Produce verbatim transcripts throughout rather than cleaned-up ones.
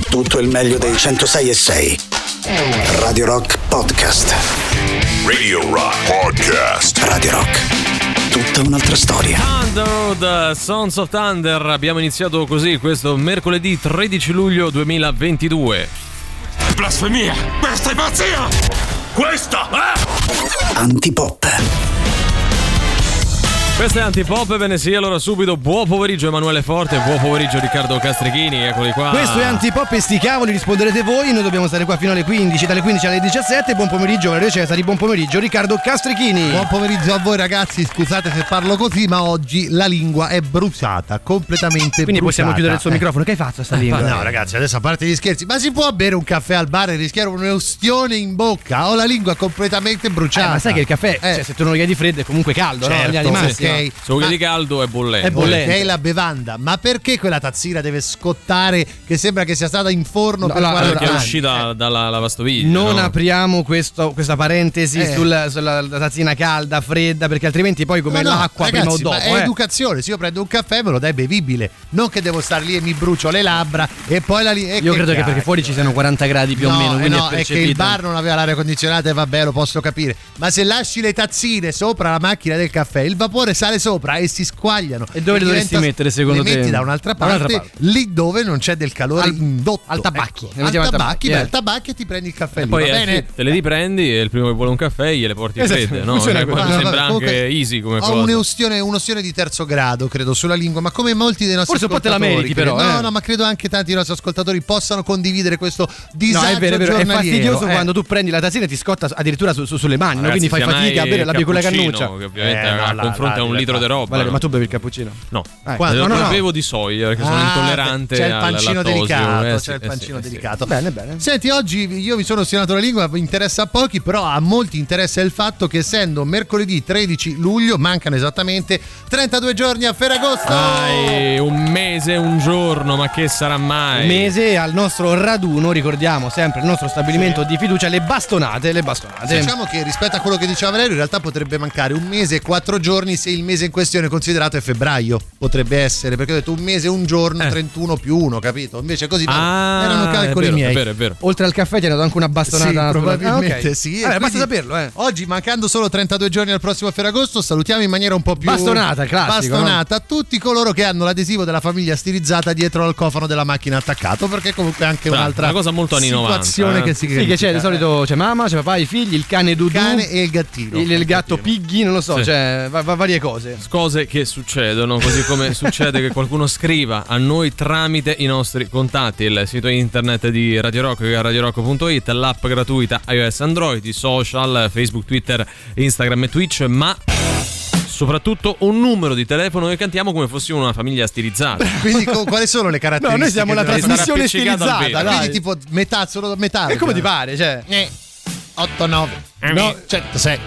tutto il meglio dei centosei e sei. Radio Rock Podcast. Radio Rock Podcast. Radio Rock. Tutta un'altra storia. Thunder, the Sons of Thunder. Abbiamo iniziato così questo mercoledì tredici luglio duemilaventidue. Blasfemia! Questa è pazzia! Questa è... Antipop. Questo è Antipop, bene sì, allora subito buon pomeriggio Emanuele Forte, buon pomeriggio Riccardo Castrichini, eccoli qua. Questo è Antipop e sti cavoli, risponderete voi, noi dobbiamo stare qua fino alle quindici, dalle quindici alle diciassette. Buon pomeriggio Valerio Cesari, buon pomeriggio Riccardo Castrichini. Buon pomeriggio a voi ragazzi, scusate se parlo così, ma oggi la lingua è bruciata, completamente Quindi bruciata. possiamo chiudere il suo eh. microfono, che hai fatto a sta lingua? No ragazzi, adesso a parte gli scherzi, ma si può bere un caffè al bar e rischiare un'ustione in bocca? Ho la lingua completamente bruciata. Eh, ma sai che il caffè, Eh. cioè, se tu non gli hai di freddo è comunque caldo, Certo, no? In linea di massima. ok. Se vuoi Ma- di caldo è bollente. È bollente. Ok, la bevanda, ma perché quella tazzina deve scottare che sembra che sia stata in forno No, per allora, quaranta Perché è anni? uscita dalla lavastoviglie. Non no? apriamo questo, questa parentesi Eh. sul, sulla tazzina calda, fredda, perché altrimenti poi come No, no, l'acqua ragazzi, prima o dopo. ma è eh. educazione. Se io prendo un caffè me lo dai bevibile, non che devo star lì e mi brucio le labbra e poi la lì. e Io credo che cacchio. perché fuori ci siano quaranta gradi più no, o meno, eh quindi no, è è che il percepita. bar non aveva l'aria condizionata e vabbè, lo posso capire. Ma se lasci le tazzine sopra la macchina del caffè, il vapore sale sopra e si squagliano. E dove le dovresti diventa- mettere, secondo le te? metti da un'altra Da parte, un'altra parte. lì dove non c'è del calore Al- indotto. al tabacchi. Ecco, Le al mettiamo al tabacchi, tabacchi, beh, eh. al tabacchi e ti prendi il caffè E lì. poi va eh, bene? te le riprendi e il primo che vuole un caffè gliele porti Esatto, fredde, no? funziona Cioè, così. poi No, sembra vabbè, anche comunque easy come ho cosa. un'ustione, un'ustione di terzo grado, credo, sulla lingua, ma come molti dei nostri Forse un po' te la ascoltatori, meriti, però, credo- No, eh. no, ma credo anche tanti dei nostri ascoltatori possano condividere questo disagio No, è vero, è vero, è giornaliero. fastidioso eh. quando tu prendi la tazzina e ti scotta addirittura su- su- sulle mani, no? Ragazzi, Quindi fai sia mai fatica a bere la il piccola cappuccino, cannuccia. che ovviamente Eh, no, a là, confronto là, a un là, litro là. di roba. Valerio, no? ma tu bevi il cappuccino? No, Eh, Qua- lo, no, no, lo no. bevo di soia perché sono Ah, intollerante c'è il al pancino lattosio. delicato, eh, c'è sì, il eh, pancino sì, sì. delicato. Bene, bene. Senti, oggi io mi sono stilato la lingua, interessa a pochi, però a molti interessa il fatto che essendo mercoledì tredici luglio mancano esattamente trentadue giorni a Ferragosto. Dai, un mese, un giorno, ma che sarà mai? Un mese al nostro raduno, ricordiamo sempre il nostro stabilimento di fiducia, le bastonate, le bastonate. Diciamo che rispetto a quello che diceva Valerio in realtà potrebbe mancare un mese e quattro giorni se il mese in questione considerato è febbraio, potrebbe essere, perché ho detto un mese, un giorno, Eh. trentuno più uno, capito? Invece così Ah, erano calcoli è vero, miei. È vero, è vero. Oltre al caffè ti hanno dato anche una bastonata. Sì, sulla- probabilmente Ah, ok. sì. e Vabbè, basta quindi saperlo, eh. Oggi, mancando solo trentadue giorni al prossimo Ferragosto, salutiamo in maniera un po' più Bastonata, classico, bastonata tutti coloro che hanno l'adesivo della famiglia stilizzata dietro al cofano della macchina attaccato, perché comunque è anche Tra- un'altra una cosa molto anni situazione novanta, eh. che si Sì, che c'è di solito c'è mamma, c'è papà, i figli, il cane Dudu, il cane e il gattino. il, il gatto Piggy, non lo so, Sì. cioè va- va- varie cose. Cose che succedono, così come succede che qualcuno scriva a noi tramite i nostri contatti, il sito internet di Radio Rock, che è radio rock punto it, l'app gratuita iOS Android, i social, Facebook, Twitter, Instagram e Twitch, ma soprattutto un numero di telefono che cantiamo come fossimo una famiglia stilizzata. Quindi co- quali sono le caratteristiche? No, noi siamo la della- Devi stare trasmissione appiccicato al stilizzata, vetro. dai. Quindi tipo metà, solo metà. E come ti pare, cioè. Eh, otto, nove, no, centosei,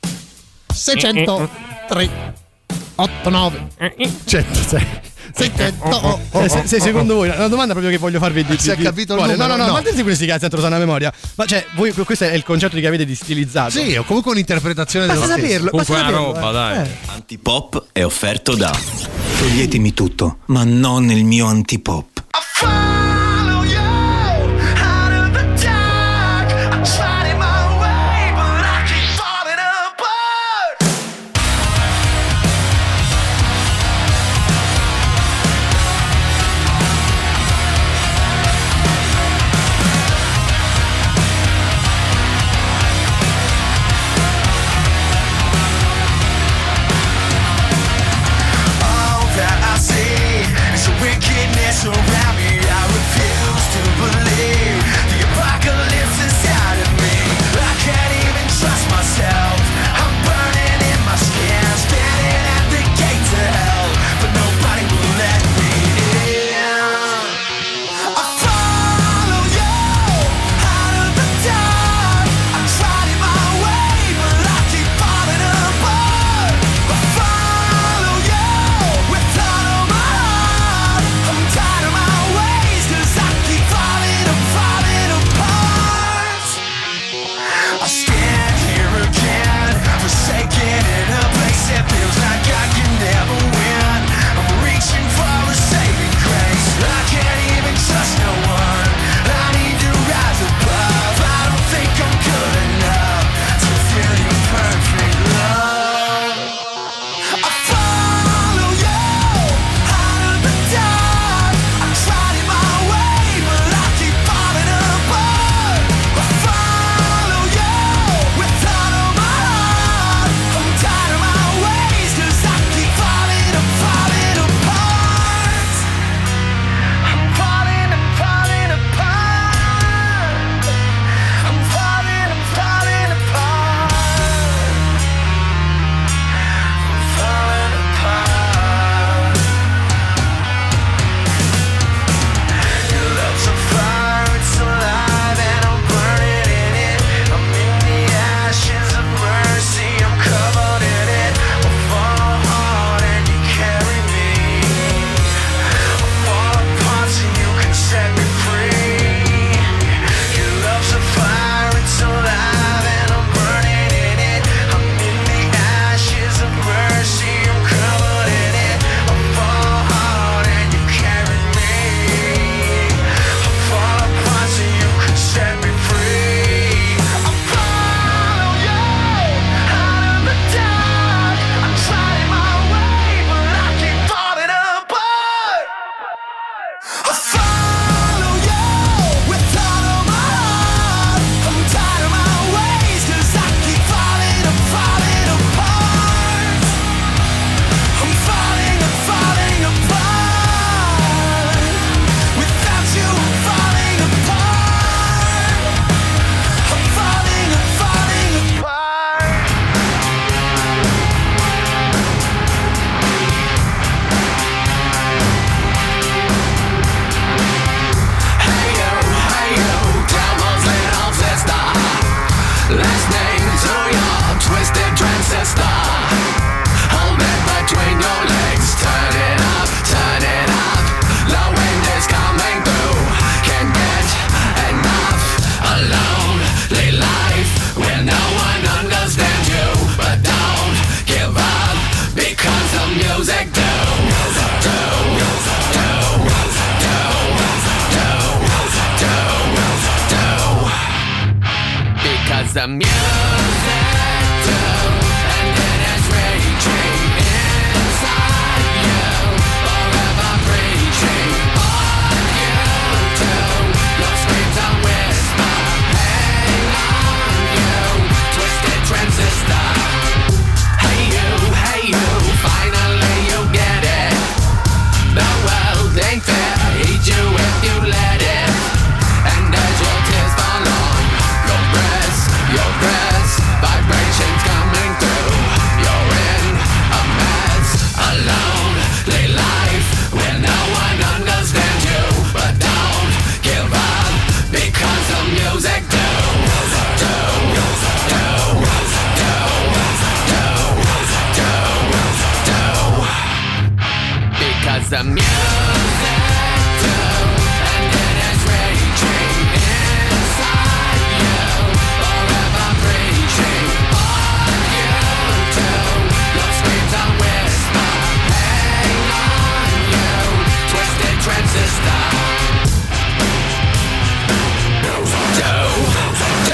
seicentotre, otto, nove, centosei, seicento. Oh, oh, Eh, se, se oh, secondo voi una domanda proprio che voglio farvi di, Si è di- capito il quale? numero? No, no, no, No. ma tenete questi cazzi a trotana memoria. Ma cioè, voi questo è il concetto che avete di stilizzato. Sì, o comunque un'interpretazione dello Basta stesso. saperlo, Comunque basta è una saperlo, roba, eh. dai. Eh. Antipop è offerto da Toglietemi tutto, ma non il mio antipop. All that I see is a wickedness around. Because the music do, and it is raging inside you, forever preaching on you too. Your screams and whisper, hang on you, twisted transistor. Hey you, hey you, finally you get it. The world ain't fair, hate you if you let it. And as your tears fall on your breast, your breast, vibrations coming through. You're in a mess, a lonely life where no one understands you. But don't give up, because the music do, do, do, do, do, do, do. Because the music do, and it is raging inside you, forever preaching on you too. Your screams and whisper, hang on you, twisted transistor. Do, do, do,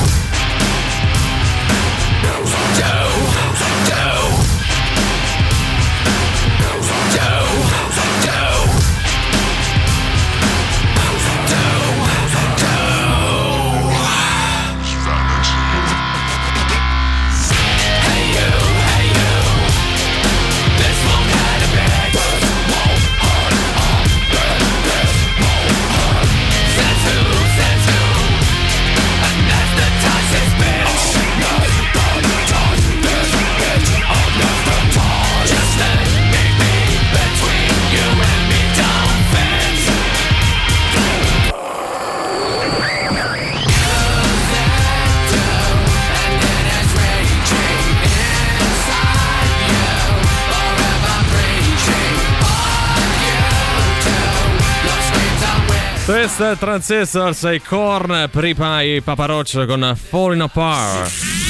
Test Transistors e Korn, Pripy, Papa Roach con Falling Apart.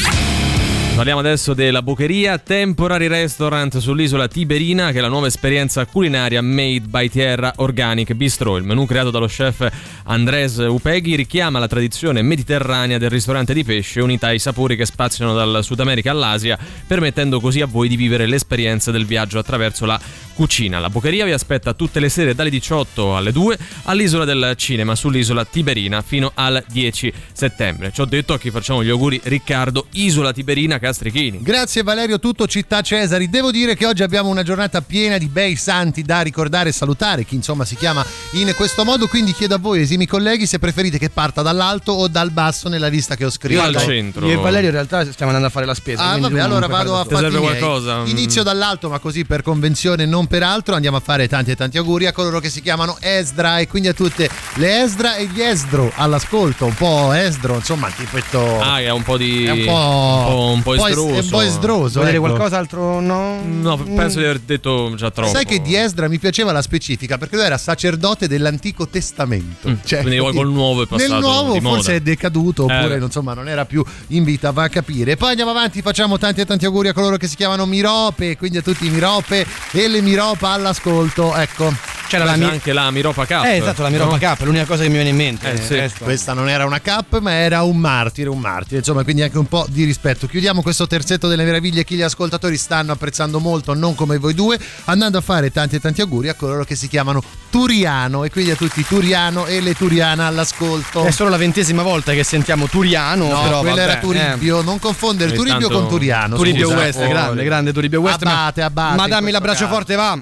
Parliamo adesso della Bocheria Temporary Restaurant sull'isola Tiberina, che è la nuova esperienza culinaria made by Tierra Organic Bistro. Il menù creato dallo chef Andrés Upegui richiama la tradizione mediterranea del ristorante di pesce, unita ai sapori che spaziano dal Sud America all'Asia, permettendo così a voi di vivere l'esperienza del viaggio attraverso la cucina. La Bocheria vi aspetta tutte le sere dalle diciotto alle due all'Isola del Cinema, sull'isola Tiberina, fino al dieci settembre. Ci ho detto, a chi facciamo gli auguri, Riccardo, Isola Tiberina, Castrichini. Grazie Valerio, tutto città Cesari. Devo dire che oggi abbiamo una giornata piena di bei santi da ricordare e salutare, chi insomma si chiama in questo modo, quindi chiedo a voi, esimi colleghi, se preferite che parta dall'alto o dal basso nella lista che ho scritto. Io al centro. Io e Valerio in realtà stiamo andando a fare la spesa. Ah vabbè, allora vado a fare qualcosa. Inizio dall'alto, ma così per convenzione, non per altro. Andiamo a fare tanti e tanti auguri a coloro che si chiamano Esdra, e quindi a tutte le Esdra e gli Esdro all'ascolto. Un po' Esdro, insomma, tipo etto... Ah, che è un po' di... È un po'... un po', un po' esdroso. È un po' esdroso. Vuoi dire ecco. qualcos'altro? No? No, penso di aver detto già troppo. Sai che di Esdra mi piaceva la specifica, perché lui era sacerdote dell'Antico Testamento. Mm, cioè, quindi poi col nuovo è passato nel nuovo di forse moda. è decaduto, oppure Eh. insomma non era più in vita, va a capire. Poi andiamo avanti, facciamo tanti e tanti auguri a coloro che si chiamano Mirope, quindi a tutti i Mirope e le Miropa all'ascolto. Ecco, C'era Beh, la c'è mi- anche la Miropa Cup. Eh, esatto, la Miropa no? Cup, è l'unica cosa che mi viene in mente. Eh, sì. Resto. questa non era una cap, ma era un martire, un martire, insomma, quindi anche un po' di rispetto. Chiudiamo questo terzetto delle meraviglie che gli ascoltatori stanno apprezzando molto, non come voi due, andando a fare tanti e tanti auguri a coloro che si chiamano Turiano, e quindi a tutti i Turiano e le Turiana all'ascolto. È solo la ventesima volta che sentiamo Turiano. No, però, quello vabbè, era Turibio, eh. non confondere Ogni Turibio tanto- con Turiano. Turibio scusa. West, Oh, grande, grande Turibio West. Abate, ma, abate, ma in dammi questo l'abbraccio caso. forte, va.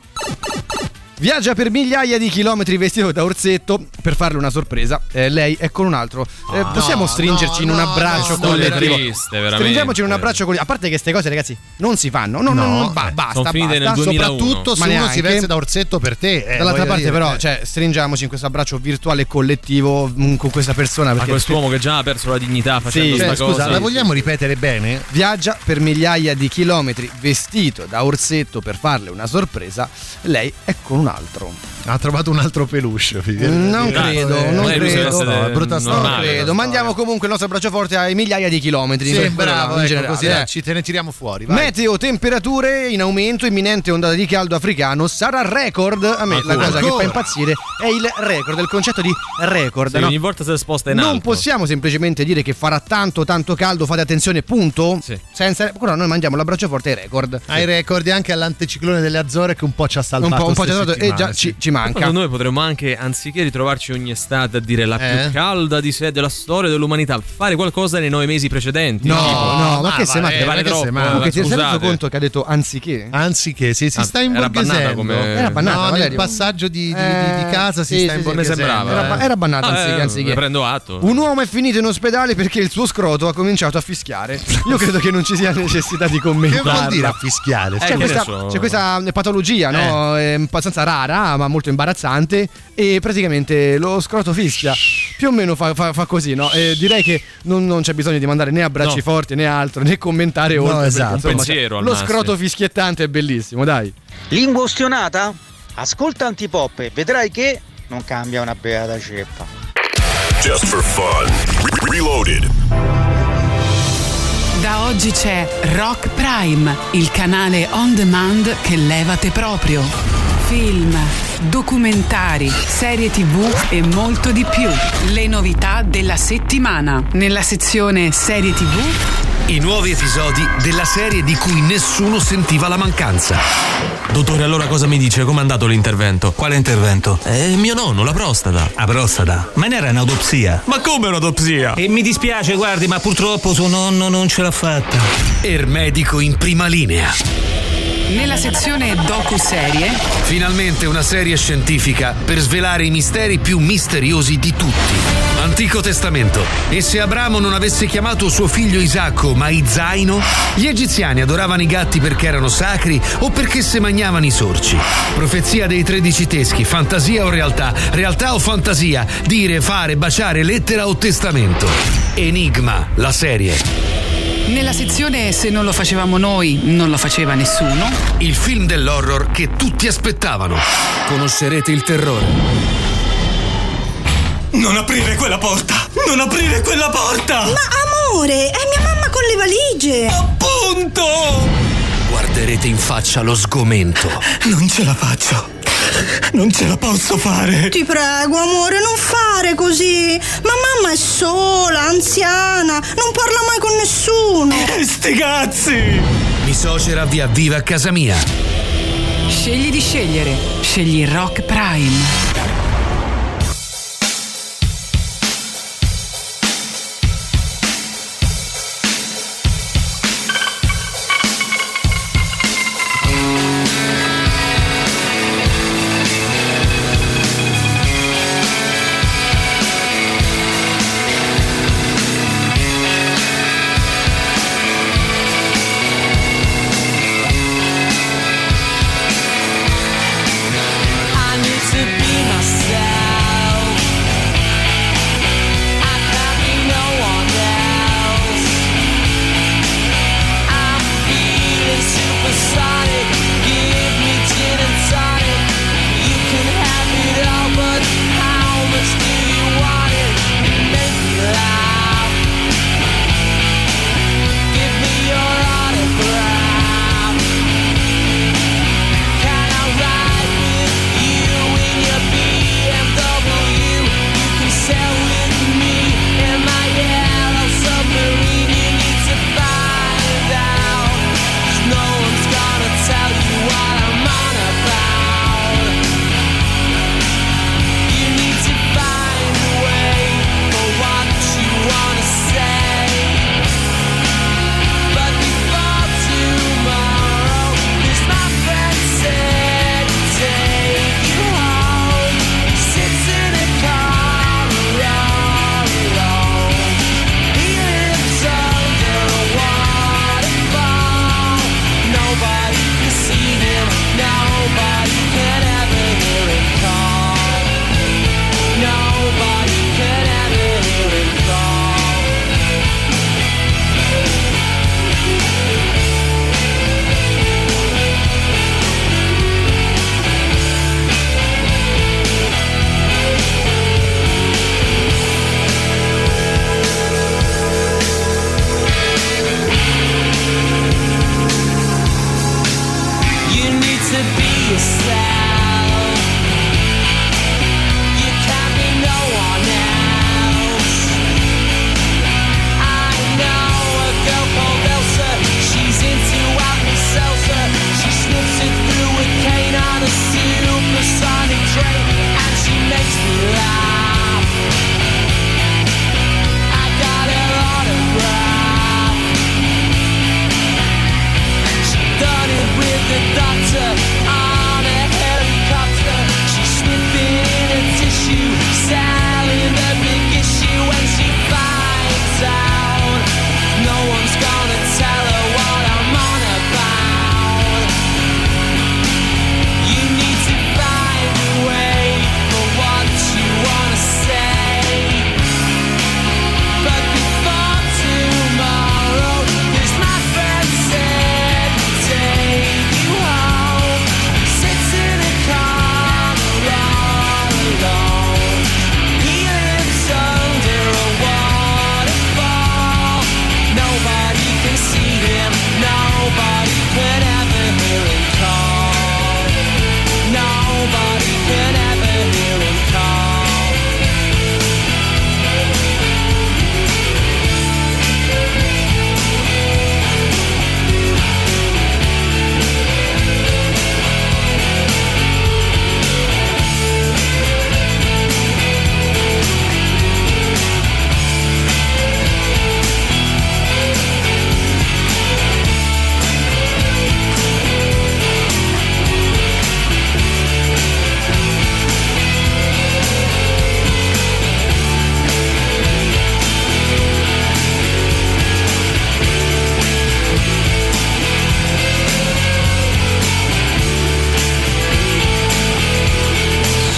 Viaggia per migliaia di chilometri vestito da orsetto per farle una sorpresa. Eh, lei è con un altro. Eh, Ah, possiamo no, stringerci no, in un no, abbraccio no, collettivo? triste, veramente. Stringiamoci in un abbraccio collettivo. A parte che queste cose, ragazzi, non si fanno. No, no, No, no, ba- eh, basta. sono finite basta. nel duemilauno. Soprattutto se Ma uno neanche. si veste da orsetto per te. eh, Dall'altra voglio parte, dire, però, eh. cioè, stringiamoci in questo abbraccio virtuale collettivo mh, con questa persona. A Perché quest'uomo che già ha perso la dignità facendo Sì, sta Cioè, scusa, cosa. la vogliamo ripetere bene? viaggia per migliaia di chilometri vestito da orsetto per farle una sorpresa. Lei è con un altro. Ha trovato un altro peluche. Non credo, non Eh, credo. No, è brutta storia. Non credo. Mandiamo comunque il nostro braccio forte ai migliaia di chilometri. Sì, Quello bravo, in ecco, generale, così eh. dai, ci te ne tiriamo fuori. Vai. Meteo, temperature in aumento, imminente ondata di caldo africano, sarà record. A me la Ancora? cosa che Ancora? fa impazzire è il record, il concetto di record. Sì, no? ogni volta si sposta in alto. Non possiamo semplicemente dire che farà tanto tanto caldo, fate attenzione, punto. Sì. Senza, però noi mandiamo l'abbraccio forte ai record. Hai record anche all'anticiclone delle Azzorre che un po' ci ha salvato. Un po', un po' ste ci ha dato- e settimane, già sì. ci, ci manca. Secondo noi potremmo anche, anziché ritrovarci ogni estate a dire la Eh? più calda di sé della storia dell'umanità, fare qualcosa nei nove mesi precedenti. No, tipo. no, ma ma che se va, ma eh, vale che troppo, se eh, ma- Comunque ti sei reso scusate. conto che ha detto anziché? Anziché, sì, si Ah, sta era imborghesendo. bannata come- Era bannata, no, nel Valerio. passaggio di, di- Eh, di- di casa si sì, sta sì, sì, mi imborghesendo. sembrava. Era, ba- era bannata Ah, anziché, eh, anziché. ne prendo atto. Un uomo è finito in ospedale perché il suo scroto ha cominciato a fischiare. Io credo che non ci sia necessità di Che commentarla. vuol dire affischiare? Eh, C'è Cioè, che questa, adesso- c'è questa patologia, no? È abbastanza rara, ma molto imbarazzante. E praticamente lo scroto fischia. Più o meno fa, fa- fa così, no? E direi che non, non c'è bisogno di mandare né abbracci No. forti né altro, né commentare oltre. perché, esatto. insomma, Un pensiero al lo massimo. scroto fischiettante è bellissimo, dai. Lingua ustionata? Ascolta Antipop e vedrai che non cambia una beata ceppa. Just for fun. Re- Reloaded. Da oggi c'è Rock Prime, il canale on demand che levate proprio. Film, documentari, serie tivù e molto di più. Le novità della settimana. Nella sezione serie tivù, I nuovi episodi della serie di cui nessuno sentiva la mancanza. Dottore, allora cosa mi dice? Com'è andato l'intervento? Quale intervento? Eh, mio nonno, la prostata. La prostata? Ma ne era un'autopsia. Ma come un'autopsia? E mi dispiace, guardi, ma purtroppo suo nonno non ce l'ha fatta. Ermedico in prima linea. nella sezione docu-serie, Finalmente una serie scientifica per svelare i misteri più misteriosi di tutti. Antico Testamento. E se Abramo non avesse chiamato suo figlio Isacco, ma Izaino? Gli egiziani adoravano i gatti perché erano sacri o perché se mangiavano i sorci? Profezia dei tredici teschi, fantasia o realtà? Realtà o fantasia? Dire, fare, baciare, lettera o testamento? Enigma, la serie. nella sezione Se non lo facevamo noi, non lo faceva nessuno, Il film dell'horror che tutti aspettavano. Conoscerete il terrore. Non aprire quella porta! Non aprire quella porta! Ma amore, è mia mamma con le valigie! Appunto! Guarderete in faccia lo sgomento. Non ce la faccio. Non ce la posso fare. Ti prego, amore, non fare così! Ma mamma è sola, anziana, non parla mai con nessuno! E sti cazzi! Misocera vi avviva a casa mia. scegli di scegliere, scegli Rock Prime. I need to be myself.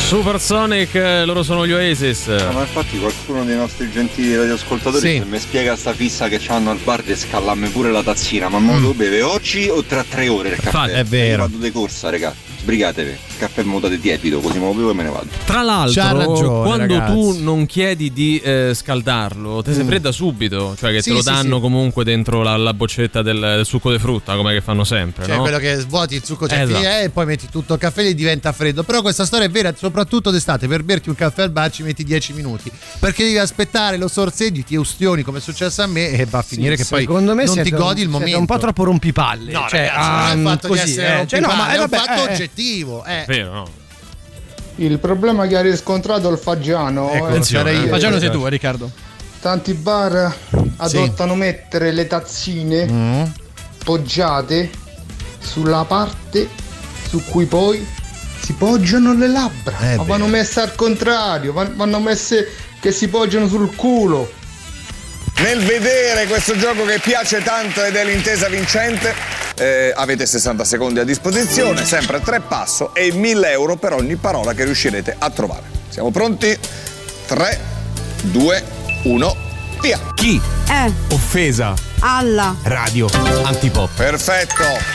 Supersonic, loro sono gli Oasis. No, ma infatti qualcuno dei nostri gentili radioascoltatori Sì. se mi spiega sta fissa che c'hanno al bar di scallarmi pure la tazzina, ma mo lo beve oggi o tra tre ore il caffè? Infatti, è vero. Io vado di corsa, raga. Sbrigatevi, il caffè mutate tiepido, così me lo bevo e me ne vado. Tra C'ha l'altro, ragione, quando ragazzi. tu non chiedi di eh, scaldarlo, te si Mm. fredda subito, cioè che Sì, te lo sì, danno sì. comunque dentro la, la boccetta del, del succo di frutta, come che fanno sempre, Cioè no? quello che svuoti il succo cioè, Esatto. e poi metti tutto il caffè e diventa freddo. Però questa storia è vera soprattutto d'estate. Per berti un caffè al bar ci metti dieci minuti, perché devi aspettare lo sorseggio, ti ustioni come è successo a me e va a finire Sì, che poi secondo me non siete ti un- godi il siete momento. un po' troppo rompipalle. No, cioè, ragazzi, non è ah, il fatto così, di essere eh. Cioè, no, ma rompipalle, eh, è un vabbè, fatto eh. oggettivo. Eh. Vero, no? Il problema che ha riscontrato il Faggiano Ecco, è sarei che io. Fagiano sei tu, Riccardo. tanti bar adottano mettere le tazzine Mm. poggiate sulla parte su cui poi si poggiano le labbra, Eh ma beh. vanno messe al contrario, van- vanno messe che si poggiano sul culo. Nel vedere questo gioco che piace tanto ed è l'intesa vincente, eh, avete sessanta secondi a disposizione, sempre a tre passo e mille euro per ogni parola che riuscirete a trovare. Siamo pronti? tre, due, uno, via! Chi? Eh, Offesa. alla. Radio. Antipop. Perfetto!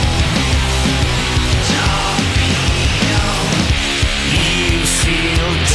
You feel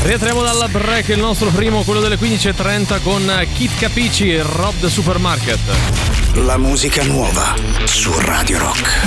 Rientriamo dalla break, il nostro primo, quello delle quindici e trenta con Kid Capici e Rob the Supermarket. La musica nuova su Radio Rock.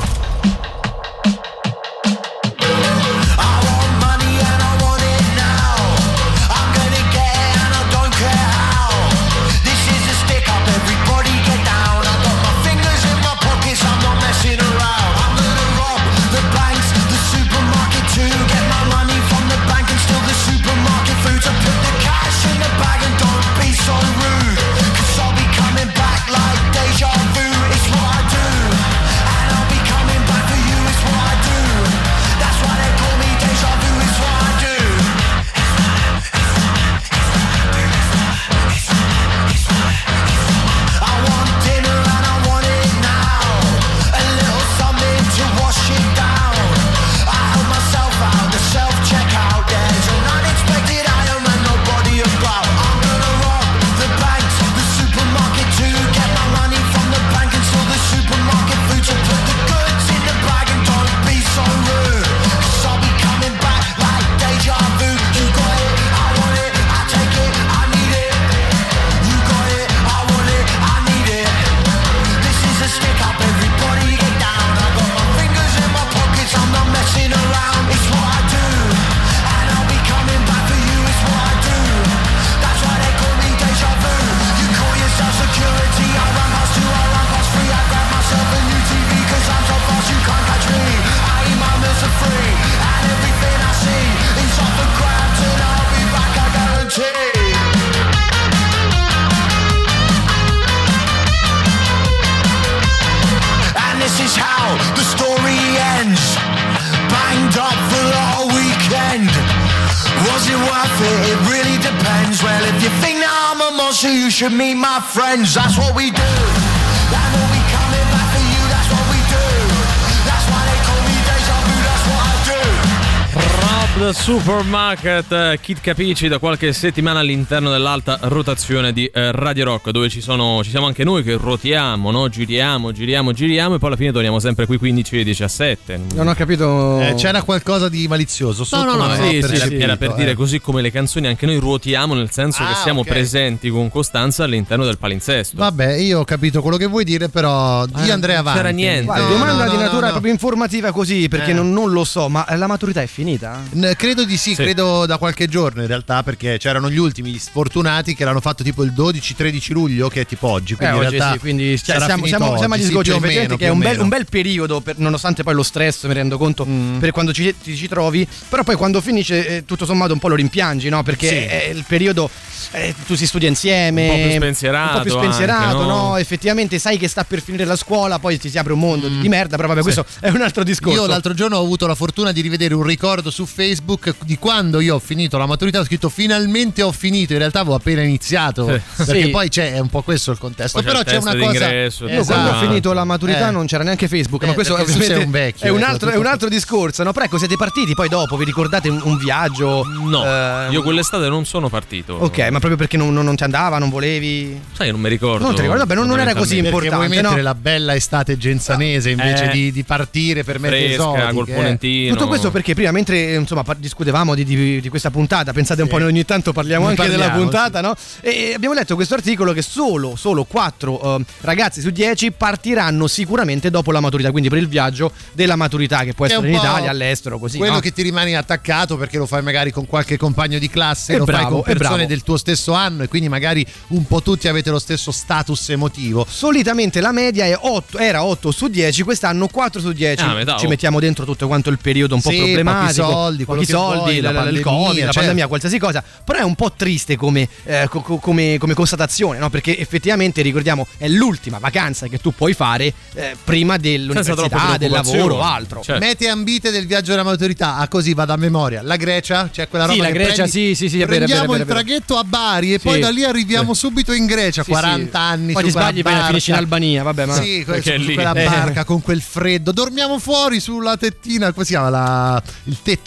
You should meet my friends, that's what we do. That will be coming back for you, that's what we do. That's why they call me Deja Vu, that's what I do. Rob the Supermarket, Kid Capici, da qualche settimana all'interno dell'alta rotazione di eh, Radio Rock, dove ci sono ci siamo anche noi che ruotiamo, no? Giriamo, giriamo, giriamo e poi alla fine torniamo sempre qui quindici e diciassette. Non ho capito. Eh, c'era qualcosa di malizioso sotto. No, no, no, sì, per sì, era, era per eh. dire così come le canzoni anche noi ruotiamo, nel senso Ah, che siamo ok. presenti con costanza all'interno del palinsesto. Vabbè, io ho capito quello che vuoi dire, però di Eh, Andrea non avanti. c'era niente. Guarda, No, domanda no, di no, natura no. proprio informativa così, perché Eh. non, non lo so, ma la maturità è finita? N- Credo di sì, Sì. credo da qualche giorno in realtà, perché c'erano gli ultimi gli sfortunati che l'hanno fatto tipo il dodici tredici luglio, che è tipo oggi, Eh, quindi in oggi realtà sì, quindi cioè, sarà siamo, finito siamo, siamo agli oggi, sì, sgoccioli, più o effettivamente, meno, che è più un o bel, meno. un bel periodo, per- nonostante poi lo stress, mi rendo conto, Mm. per quando ci, ti ci trovi, però poi quando finisce eh, tutto sommato un po' lo rimpiangi, no? Perché Sì. è il periodo, eh, tu si studia insieme, Un po' più spensierato un po' più spensierato, anche, no? no? Effettivamente sai che sta per finire la scuola, poi ti si apre un mondo di merda, però vabbè, Sì. questo è un altro discorso. Io l'altro giorno ho avuto la fortuna di rivedere un ricordo su Facebook di quando io ho finito la maturità, ho scritto finalmente ho finito, in realtà avevo appena iniziato, Sì. perché Sì. poi c'è è un po' questo il contesto, Poi c'è però il c'è test una cosa d'ingresso, Io quando ho Esatto. finito la maturità Eh. non c'era neanche Facebook, Eh, ma questo perché tu ovviamente sei un vecchio, è, un ecco, altro, tu- è un altro discorso, no? Però ecco, siete partiti poi dopo, vi ricordate un, un viaggio? No, Eh, io quell'estate non sono partito. Ok, ma proprio perché non, non, non ti andava, non volevi? Sai, non mi ricordo. Non ti ricordo, vabbè, non- non era così fondamentalmente. perché vuoi importante, mettere no? la bella estate genzanese invece Eh. di, di partire per mete Fresca, esotiche, col eh. ponentino. Tutto questo perché prima, mentre insomma par- discutevamo di, di- di questa puntata, pensate un Sì. po', noi ogni tanto parliamo Ne anche della parliamo, puntata, no? E abbiamo letto questo articolo che solo, solo quattro ragazzi su dieci partiranno sicuramente dopo la maturità, quindi per il viaggio della maturità, che può È essere un in po' Italia, all'estero, così. quello no? che ti rimani attaccato perché lo fai magari con qualche compagno di classe, È lo bravo, fai con è persone bravo. del tuo stesso anno e quindi magari un po' tutti avete lo stesso status emotivo. Solitamente la media è otto, era otto su dieci, quest'anno quattro su dieci. Ah, metà, Ci oh. mettiamo dentro tutto quanto il periodo un po' Sì, problematico, pochi soldi, quello pochi che soldi, vuoi, la la- la- il pandemia, Covid, la certo. pandemia, qualsiasi cosa. Però è un po' triste come, eh, co- co- come, come constatazione, no? Perché effettivamente, ricordiamo, è l'ultima vacanza che tu puoi fare eh, prima Senza dell'università, troppe del lavoro o preoccupazioni. altro. Certo. Mete ambite del viaggio della maturità, ah così vado a memoria. La Grecia, c'è quella Sì, roba la che Grecia, prendi, sì, sì, sì, è vero, è prendiamo vero, è vero, il traghetto a Bari e Sì. poi da lì arriviamo Sì. subito in Grecia, Sì, quaranta sì. anni Poi su ti quella sbagli, poi barca. finisci in Albania, vabbè, ma Sì, que- Perché su, è su lì. quella Eh. barca con quel freddo. Dormiamo fuori sulla tettina, come si chiama la- il tetto della barca?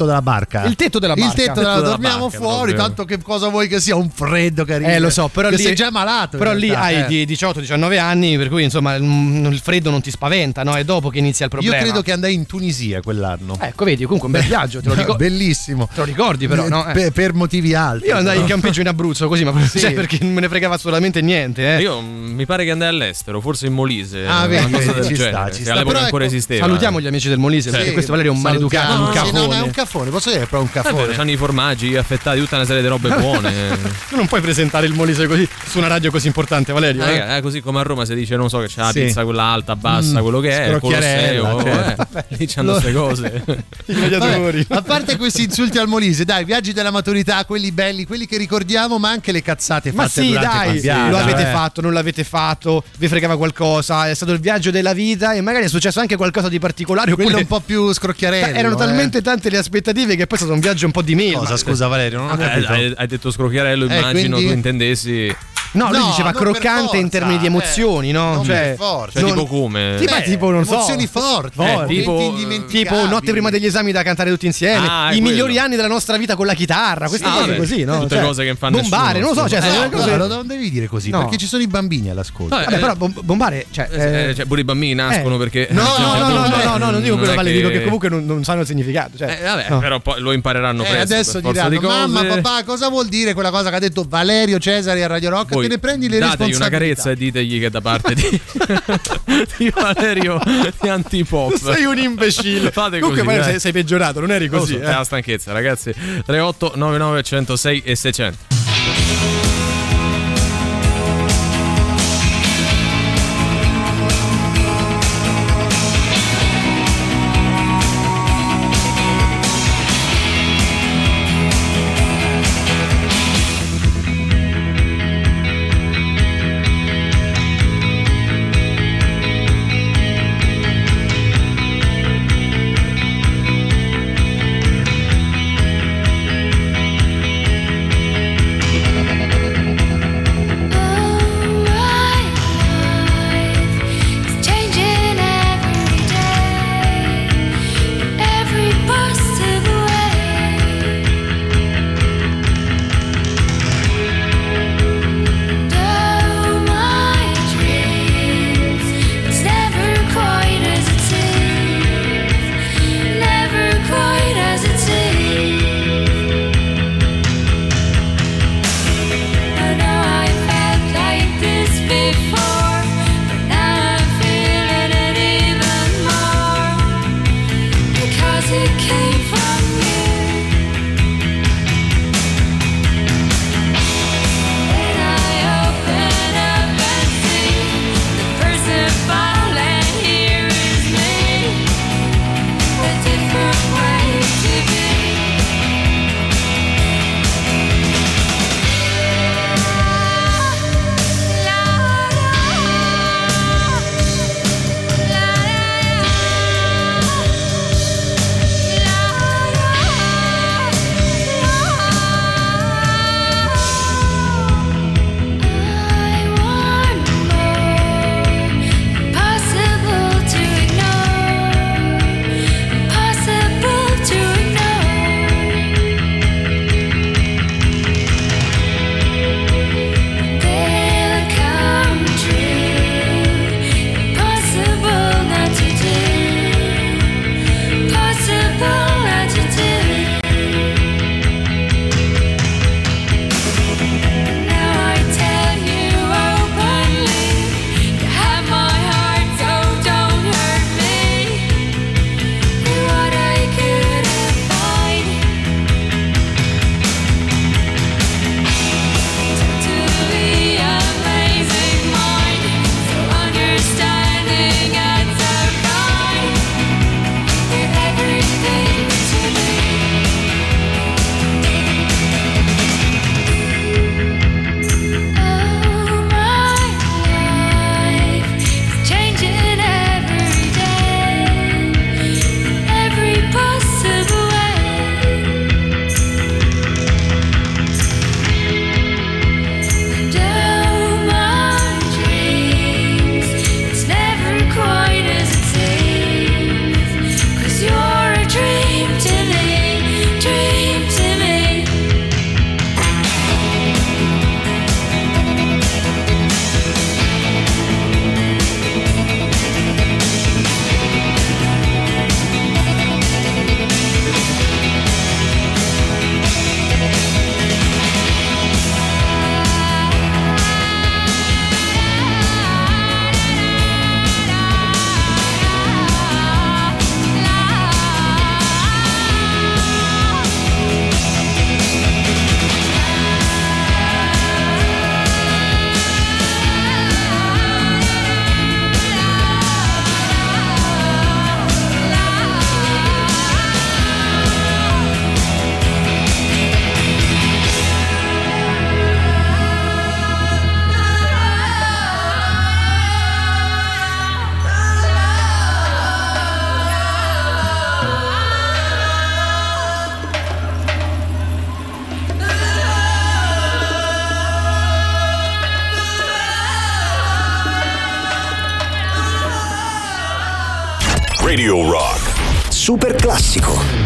barca. Il tetto della barca. Il tetto della, tetto della dormiamo barca, fuori, proprio. tanto che cosa vuoi che sia un freddo che arriva. Eh lo so, però che lì sei già malato. in Però lì realtà, hai eh. di diciotto diciannove anni, per cui insomma il il freddo non ti spaventa, no? È dopo che inizia il problema. Io credo che andai in Tunisia quell'anno. Ecco, vedi, comunque un bel viaggio, te lo ricordi. Bellissimo. Te lo ricordi però, no? Eh. Per, per motivi altri. Io andai in però. campeggio in Abruzzo così, ma Sì. cioè, perché non me ne fregava assolutamente niente, eh. Io mm, mi pare che andai all'estero, forse in Molise. Ah, una vedi, cosa del ci sta, genere, ci che sta. all'epoca Però ancora ecco, esisteva. Salutiamo gli amici del Molise, perché Sì, questo Valerio è un maleducato, un No, sì, cafone. no, no, è un cafone, posso dire, è proprio un Vabbè, cafone. c'hanno i formaggi affettati, tutta una serie di robe buone. Tu non puoi presentare il Molise così su una radio così importante, Valerio. Eh, eh? eh, così come a Roma si dice, non so, che c'è la Sì. pizza, quella alta, bassa, Mm, quello che è, il scrocchiarella, Colosseo, certo. eh, lì c'hanno queste cose. I gladiatori. Vabbè, a parte questi insulti al Molise, dai, viaggi della maturità, quelli belli, quelli che ricordiamo, ma anche le cazzate Ma fatte sì, durante dai, quel viaggio. lo avete eh. fatto, non l'avete fatto, vi fregava qualcosa, è stato il viaggio della vita e magari è successo anche qualcosa di particolare. Quello Oppure un po' più scrocchiarello. erano eh. talmente tante le aspettative che poi è stato un viaggio un po' di mela. Cosa, scusa Valerio, non ho Eh, capito. hai, hai detto scrocchiarello, Eh, immagino quindi- tu intendessi. No, lui No, diceva non per croccante forza, in termini di emozioni, eh, no? non Cioè, per forza. Cioè, non- tipo come? Sì, beh, Beh, tipo, non so. emozioni forti, Forti. momenti tipo- indimenticabili. Tipo notte prima degli esami da cantare tutti insieme, Ah, è i quello. migliori anni della nostra vita con la chitarra, queste Sì, cose vabbè, così, no? tutte Cioè, cose che non fa bombare, nessuno, non lo so, cioè, insomma. sono Eh, delle cose. allora, non devi dire così, No. perché ci sono i bambini all'ascolto. Vabbè, Vabbè, eh, però bom- bombare, cioè, eh, eh, cioè, pure i bambini nascono eh. perché. No, cioè, no, no, no, no, no, no, non dico non quello, è vale, che- dico che comunque non, non sanno il significato. Cioè, Eh, vabbè, no. però poi lo impareranno Eh, presto. adesso per forza di diranno, cose. mamma, papà, cosa vuol dire quella cosa che ha detto Valerio Cesari a Radio Rock? Voi Te ne prendi le dategli responsabilità. una carezza e ditegli che è da parte di, di Valerio di Antipop. Sei un imbecille. Fate Comunque, così, Valerio, dai. sei, sei peggiorato, non eri Lo così. so, eh. è la stanchezza, ragazzi. tre otto nove nove uno zero sei e seicento. Radio Rock. Super classico.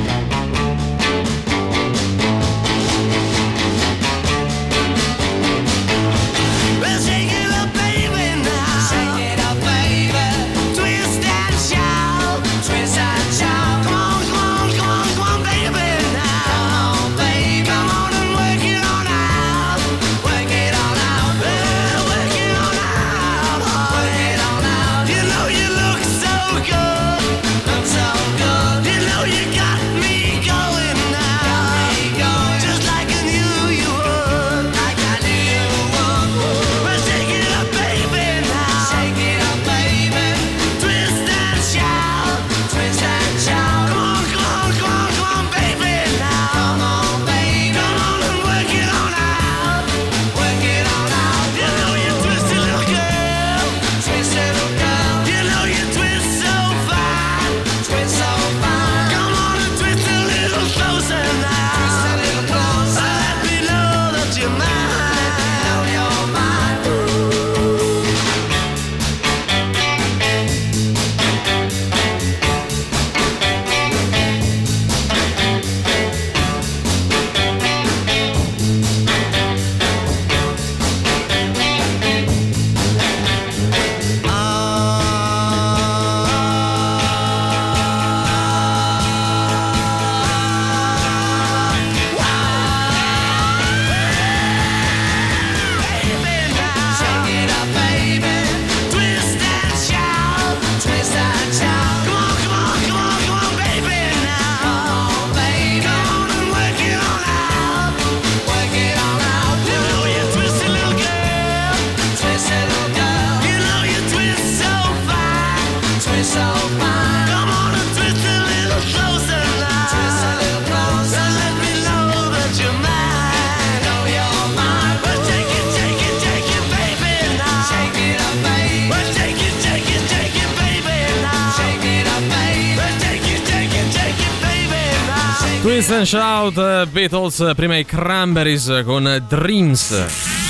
Twist and Shout, Beatles, prima i Cranberries con Dreams.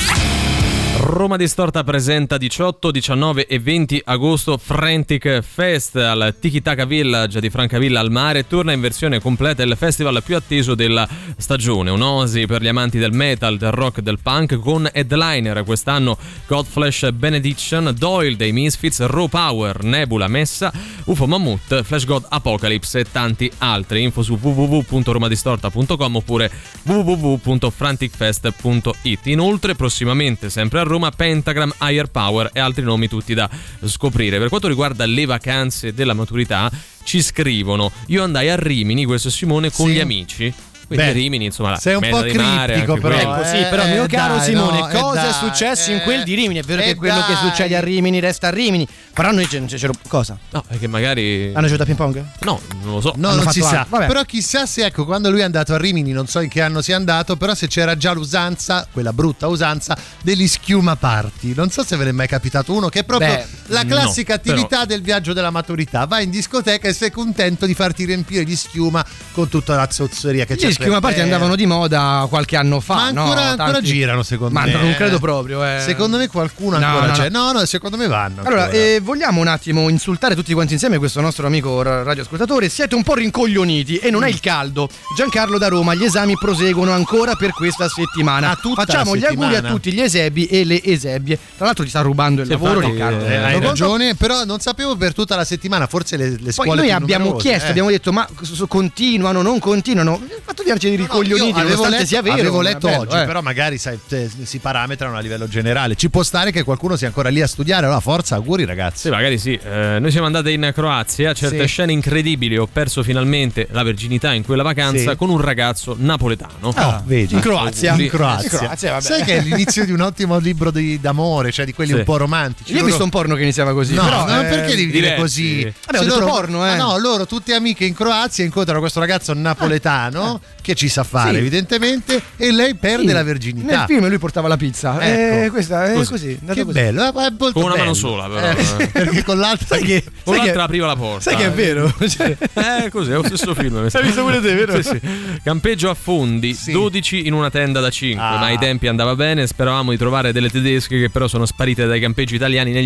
Roma Distorta presenta diciotto, diciannove e venti agosto Frantic Fest al Tiki Taka Village di Francavilla al Mare. Torna in versione completa il festival più atteso della stagione, un'oasi per gli amanti del metal, del rock e del punk, con headliner quest'anno Godflesh Benediction, Doyle dei Misfits, Raw Power, Nebula Messa, U F O Mammut, Flash God Apocalypse e tanti altri. Info su w w w punto romadistorta punto com oppure w w w punto franticfest punto it. Inoltre prossimamente sempre a Roma Pentagram, Higher Power e altri nomi tutti da scoprire. Per quanto riguarda le vacanze della maturità, ci scrivono: io andai a Rimini, questo è Simone, con sì. gli amici. Quindi Beh, Rimini, insomma, sei un meta po' di mare, criptico, anche però. quello. Ecco, sì, però mio Eh, caro dai, Simone, no, eh, cosa dai, è successo eh, in quel di Rimini? È vero eh, che quello dai. che succede a Rimini resta a Rimini, però noi c'è, c'è, c'è cosa? No, è che magari Hanno giocato a ping pong? No, non lo so. No, Hanno non si fatto sa. altro. Vabbè. Però chissà se, ecco, quando lui è andato a Rimini, non so in che anno sia andato, però se c'era già l'usanza, quella brutta usanza, degli schiuma party. Non so se ve ne è mai capitato uno, che è proprio Beh, la classica no, però- attività del viaggio della maturità. Vai in discoteca e sei contento di farti riempire di schiuma con tutta la zozzeria che c'è. Gli schiuma party Eh, andavano di moda qualche anno fa. Ma ancora, no? ancora Tanti- girano, secondo Ma me. non credo proprio. Eh. Secondo me qualcuno No, ancora no, c'è. no. No, no, secondo me vanno. Allora, ancora. eh, vogliamo un attimo insultare tutti quanti insieme questo nostro amico ra- radioascoltatore. Siete un po' rincoglioniti e non è il caldo. Giancarlo da Roma, gli esami proseguono ancora per questa settimana. Ah, tutta Facciamo la gli auguri a settimana. tutti gli esebi e le esebbie. Tra l'altro ti sta rubando il Sì, lavoro, infatti, Riccardo. Eh, hai Lo conto? ragione, però non sapevo per tutta la settimana, forse le, le Poi scuole noi più abbiamo numerose, chiesto, eh. abbiamo detto, ma s- continuano, non continuano? Il fatto di darci di ricoglioniti, Io avevo nonostante letto, sia vero. avevo non è letto bello, oggi, eh. però magari sai, te- si parametrano a livello generale. Ci può stare che qualcuno sia ancora lì a studiare, allora forza, auguri ragazzi. Sì, magari sì. Eh, noi siamo andati in Croazia, certe Sì. scene incredibili. Ho perso finalmente la virginità in quella vacanza Sì. con un ragazzo napoletano. Ah, vedi. in Croazia. In Croazia. In Croazia, vabbè. Sai che è l'inizio di un ottimo libro di, d'amore, cioè di quelli Sì. un po' romantici. Io ho Loro- visto un porno che iniziava così. No, però, no, eh, perché devi dire diversi. così? Vabbè, ho Se detto porno, eh. Ah, no, loro tutte amiche in Croazia incontrano questo ragazzo napoletano che ci sa fare, Sì. evidentemente, e lei perde Sì. la virginità. Nel film lui portava la pizza. Ecco. Eh, questa è Così. così. è andato Che così. bello, eh, ma è molto Con una bello. mano sola, però. Eh, perché con l'altra Sai che, Con sai che- l'altra apriva la porta. sai che è vero? Cioè, Eh, così, è lo stesso film. Hai visto pure te, vero? Sì, sì. Campeggio a Fondi, Sì. dodici in una tenda da cinque, Ah. ma ai tempi andava bene. Speravamo di trovare delle tedesche che però sono sparite dai campeggi italiani negli anni novanta.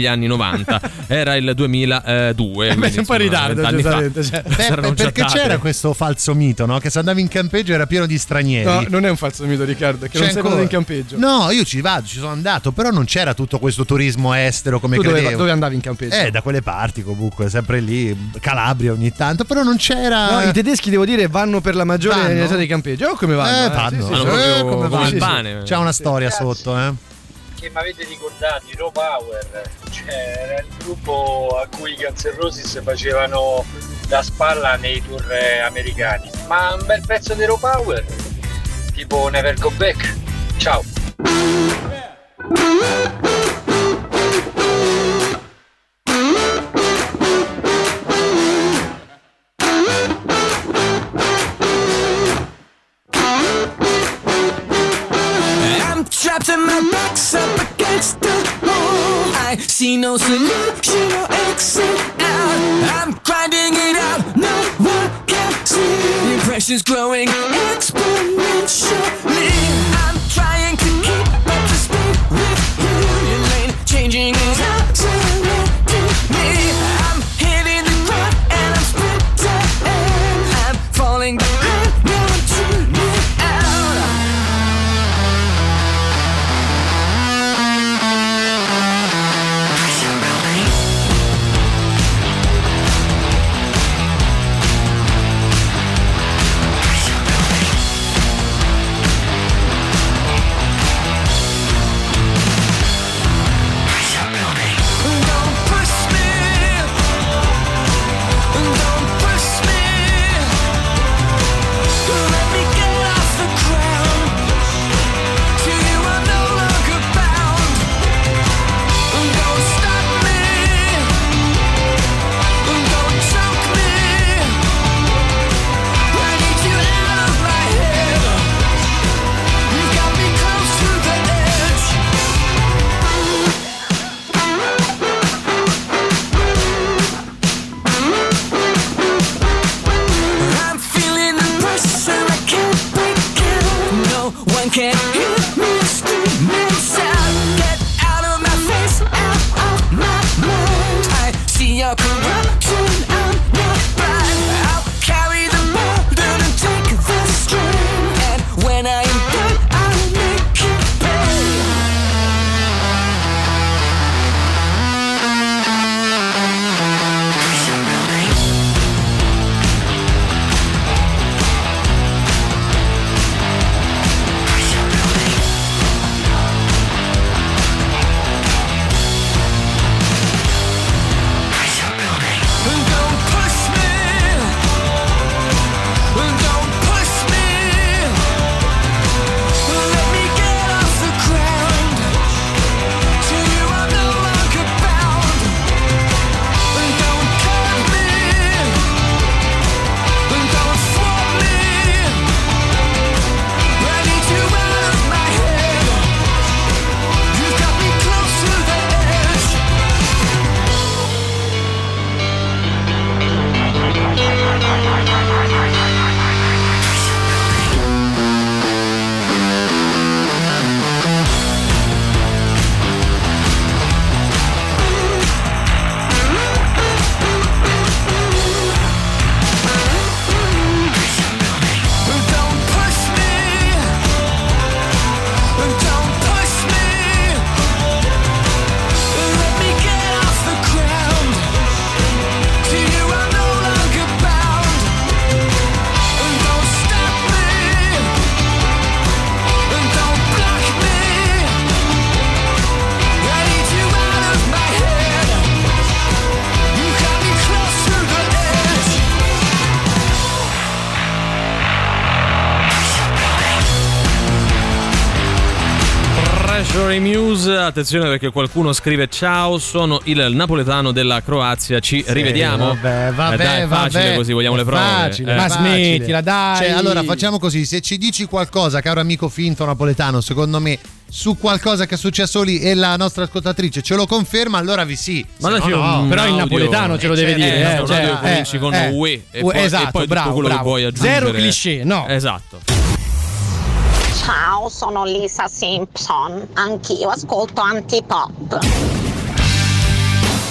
quaranta. Era il duemiladue. Beh, sei un po' in ritardo, giustamente. Cioè. Beh, perché c'era questo falso mito, no? Che se andavi in campeggio era pieno di stranieri. No, non è un falso mito, Riccardo, che C'è non sei ancora- andato in campeggio. No, io ci vado, ci sono andato, però non c'era tutto questo turismo estero come Tu dove, credevo. dove andavi in campeggio? Eh, da quelle parti comunque, sempre lì, Calabria ogni tanto, però non c'era. No, i tedeschi, devo dire, vanno per la maggiore Vanno? nell'età di campeggio. Oh, come vanno? Eh, vanno. Sì, sì, Vanno sì. proprio Eh, come come vanno. il pane. C'è una storia Ragazzi, sotto, eh. Che mi avete ricordato, i Raw Power, cioè era il gruppo a cui i Guns N' Roses facevano da spalla nei tour eh, americani. Ma un bel pezzo di Raw Power, tipo Never Go Back. Ciao. I'm trapped and my back's up against the wall. I see no solution or exit out. I'm grinding it out, no one can see. The pressure's growing exponentially. I'm trying to keep up to speed with you. Your lane changing is accelerating me. I'm hitting the ground and I'm sprinting. I'm falling behind, now I'm tuning out. Don't push me. Don't push me. Let me get off the ground. To you I'm no longer bound. Don't stop me. Don't choke me. I need you out of my head. You got me close to the edge. I'm feeling the pressure, I can't break it. No one can hear me screaming shout. Get out of my face, out of my mind. I see your corruption, I'm not blind. I'll carry the burden and take the strain. And when I am done, I'll make you pay. Don't push me. Don't push me. Let me get off the ground. To you I'm no longer bound. Don't cut me. Don't thwart me. I need you out of my head. You've got me close to the edge. Don't push me. Don't push me. Let me get off the ground. To you I'm no longer bound. Don't stop me. Don't block me. I need you out of my head. You got me close to the edge. Treasury Muse, attenzione perché qualcuno scrive: ciao, sono il napoletano della Croazia, ci rivediamo. Vabbè, vabbè, Eh dai, è facile vabbè, così, vogliamo è le prove. facile, Eh. ma smettila, smettila, dai. Cioè, allora facciamo così: se ci dici qualcosa, caro amico finto napoletano, secondo me, su qualcosa che è successo lì e la nostra ascoltatrice ce lo conferma, allora vi sì. Ma Se dai, no, no. Però in napoletano ce lo deve dire, Eh, eh, un cioè, radio che cominci eh, con eh. UE e Uh, poi, esatto, e poi bravo, tutto quello bravo. che vuoi aggiungere. Zero cliché, no. Esatto. Ciao, sono Lisa Simpson. Anch'io ascolto Antipop.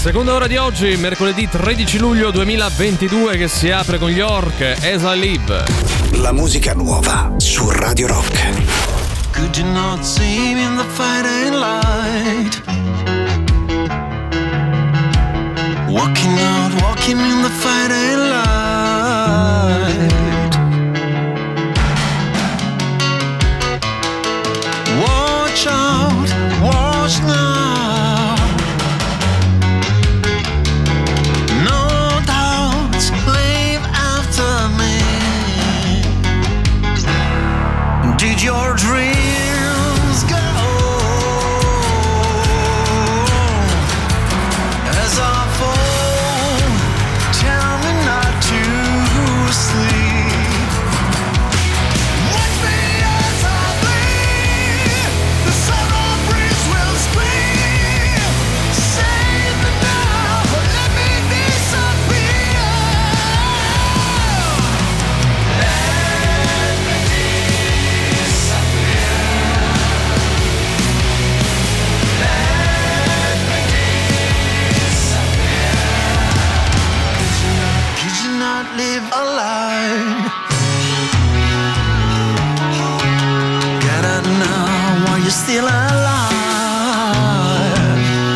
Seconda ora di oggi, mercoledì tredici luglio duemilaventidue, che si apre con York, As I Live. La musica nuova su Radio Rock. Could you not see me in the fading light? Walking out, walking in the fading light. Watch out, watch now. No doubts, leave after me. Did your dreams go as I fall? Tell me not to sleep. Watch me as I bleed. The summer breeze will scream. Save me now, or let me disappear. Let me disappear. Let me disappear. Could you not live a lie? Get out now while you're still alive.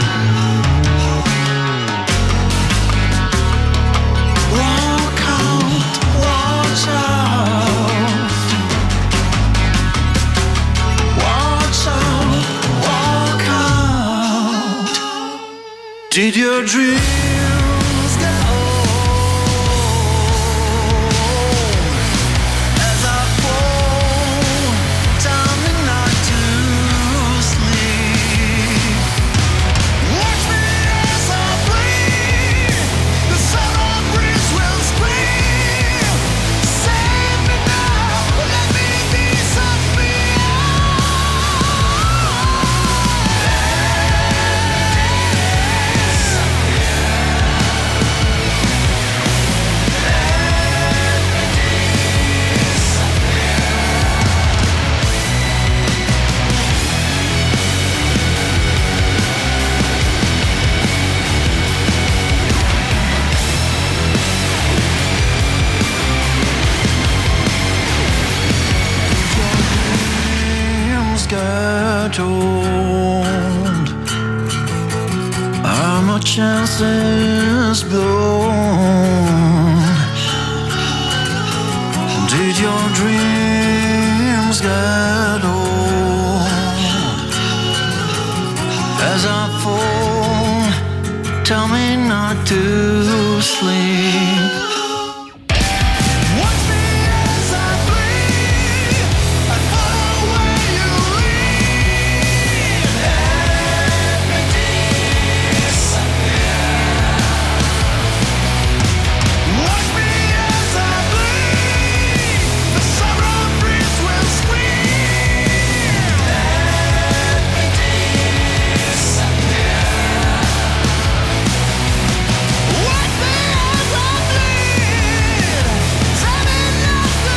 Walk out, watch out. Watch out, walk out. Did your dreams go as I fall? Tell me not to sleep. Watch me as I bleed. The summer breeze will scream. Save me now, let me disappear. Dreams get old. Are my chances blown? Did your dreams get old as I fall? Tell me not to sleep. Watch me as I bleed. I follow where you lead. Let me disappear. Watch me as I bleed. The summer breeze will scream. Let me disappear. Watch me as I bleed. Tell me not to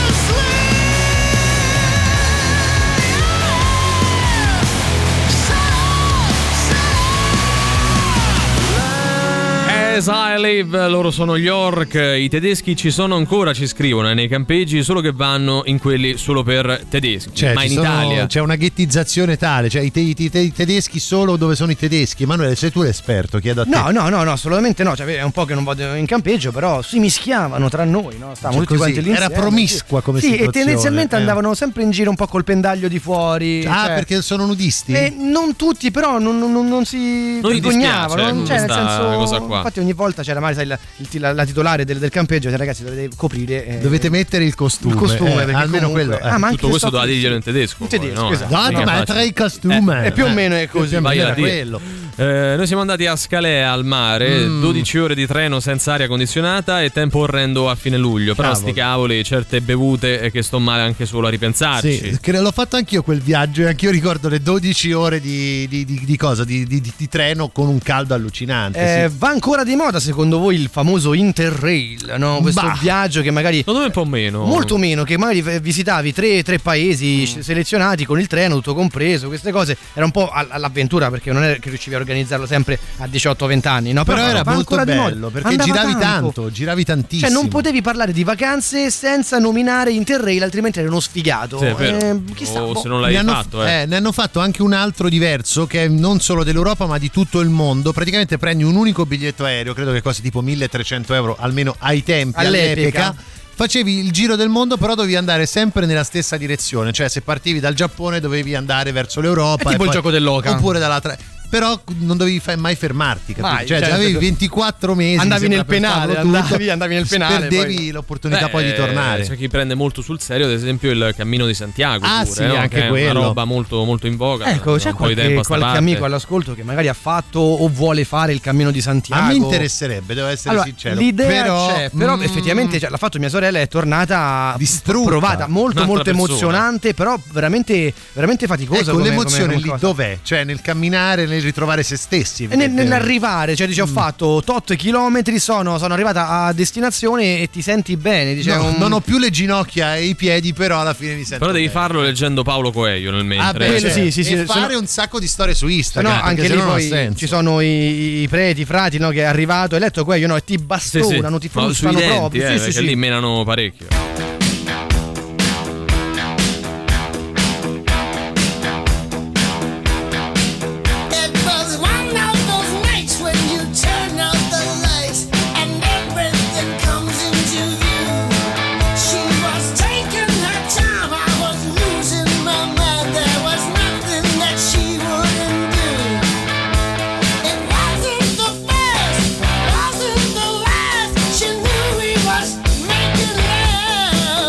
As I Live, loro sono York. I tedeschi ci sono ancora, ci scrivono, eh, nei campeggi, solo che vanno in quelli solo per tedeschi. Cioè, ma ci in sono- Italia c'è una ghettizzazione tale, cioè i, te- i te- i tedeschi solo dove sono i tedeschi. Emanuele, sei tu l'esperto, chiedo a te. No, no, no, no, assolutamente no. Cioè, è un po' che non vado in campeggio, però si mischiavano tra noi, no? Stavamo Cioè, tutti così, quanti lì era insieme, promiscua sì. come sì, situazione, e tendenzialmente eh. andavano sempre in giro un po' col pendaglio di fuori. Ah, cioè- perché sono nudisti? Eh, non tutti, però non, non- non- non si Non gli vergognavano. dispiace, non- cioè, nel questa senso, cosa qua. infatti, ogni volta c'era magari sai, la, il- la- la titolare del, del campeggio, cioè, ragazzi, dovete coprire. eh, Dovete mettere il costume. il costume, eh, perché almeno comunque- quello. eh. Ah, ma anche tutto questo sto- doveva dirglielo in tedesco. In poi, tedesco, no? esatto. Eh, Tanto, mica ma facile. tre costume. E più o meno è così. Più o meno Vai a era dire. quello. Eh, noi siamo andati a Scalea al mare, Mm. dodici ore di treno senza aria condizionata e tempo orrendo a fine luglio. Però Cavolo. sti cavoli, certe bevute eh, che sto male anche solo a ripensarci. Sì, che l'ho fatto anch'io quel viaggio e anch'io ricordo le dodici ore di, di, di, di cosa? Di, di, di treno con un caldo allucinante. Eh, sì. Va ancora di moda secondo voi il famoso Interrail, no? Questo Bah. viaggio che magari Secondo me un po' meno. molto meno, che magari v- visitavi tre, tre paesi Mm. sc- selezionati con il treno tutto compreso, queste cose era un po' all- all'avventura, perché non è che riuscivi a organizzarlo sempre a diciotto venti anni, no? Però, Però era va molto ancora di moda. bello perché Andava giravi tanto. tanto, giravi tantissimo. Cioè non potevi parlare di vacanze senza nominare Interrail, altrimenti eri uno sfigato. Sì, è vero. Eh, chissà, o boh. se non l'hai ne hanno, fatto, eh. eh, ne hanno fatto anche un altro diverso che è non solo dell'Europa ma di tutto il mondo. Praticamente prendi un unico biglietto aereo, credo che costi tipo milletrecento euro almeno ai tempi, All'epoca. all'epoca. Facevi il giro del mondo, però dovevi andare sempre nella stessa direzione. Cioè, se partivi dal Giappone, dovevi andare verso l'Europa. È tipo e il poi- gioco dell'oca. Oppure dall'altra. Però non dovevi fa- mai fermarti, capito? Mai, cioè, certo. già avevi ventiquattro mesi. Andavi mi nel sembra, per penale, farlo tutto. andavi, andavi nel penale. Perdevi poi. l'opportunità Beh, poi di tornare. C'è chi prende molto sul serio, ad esempio, il Cammino di Santiago. Ah, pure, sì, no? anche Che è quello. una roba molto, molto in voga. Ecco, da c'è un po' di qualche, tempo a sta qualche parte. amico all'ascolto che magari ha fatto o vuole fare il Cammino di Santiago. A me interesserebbe, devo essere Allora, sincero. l'idea però, c'è, però mm, effettivamente cioè, l'ha fatto mia sorella, è tornata distrutta. provata, molto Un'altra molto persona. emozionante, però veramente, veramente faticosa. Ecco, come- l'emozione come- come lì cosa. dov'è? Cioè nel camminare, nel ritrovare se stessi. E nel- evidentemente. nell'arrivare, cioè dice ho fatto tot chilometri, sono, sono arrivata a destinazione e ti senti bene. Dice, No, un- non ho più le ginocchia e i piedi, però alla fine mi sento Però devi bene. farlo leggendo Paolo Coelho nel mentre. Ah, beh, quello certo. sì, sì, sì, e se fare no- un sacco di storie su Se Instagram. no, anche perché lì se no non ha poi senso. ci sono i, i preti, i frati, no, che è arrivato, hai letto quello, no, e ti Sì, sì. bastonano, ti Ma sui frustano denti, proprio. eh, Sì, sì, perché sì. lì menano parecchio. It was one of those nights when you turn out the lights and everything comes into view. She was taking her time, I was losing my mind. There was nothing that she wouldn't do. It wasn't the first, wasn't the last. She knew he was making love.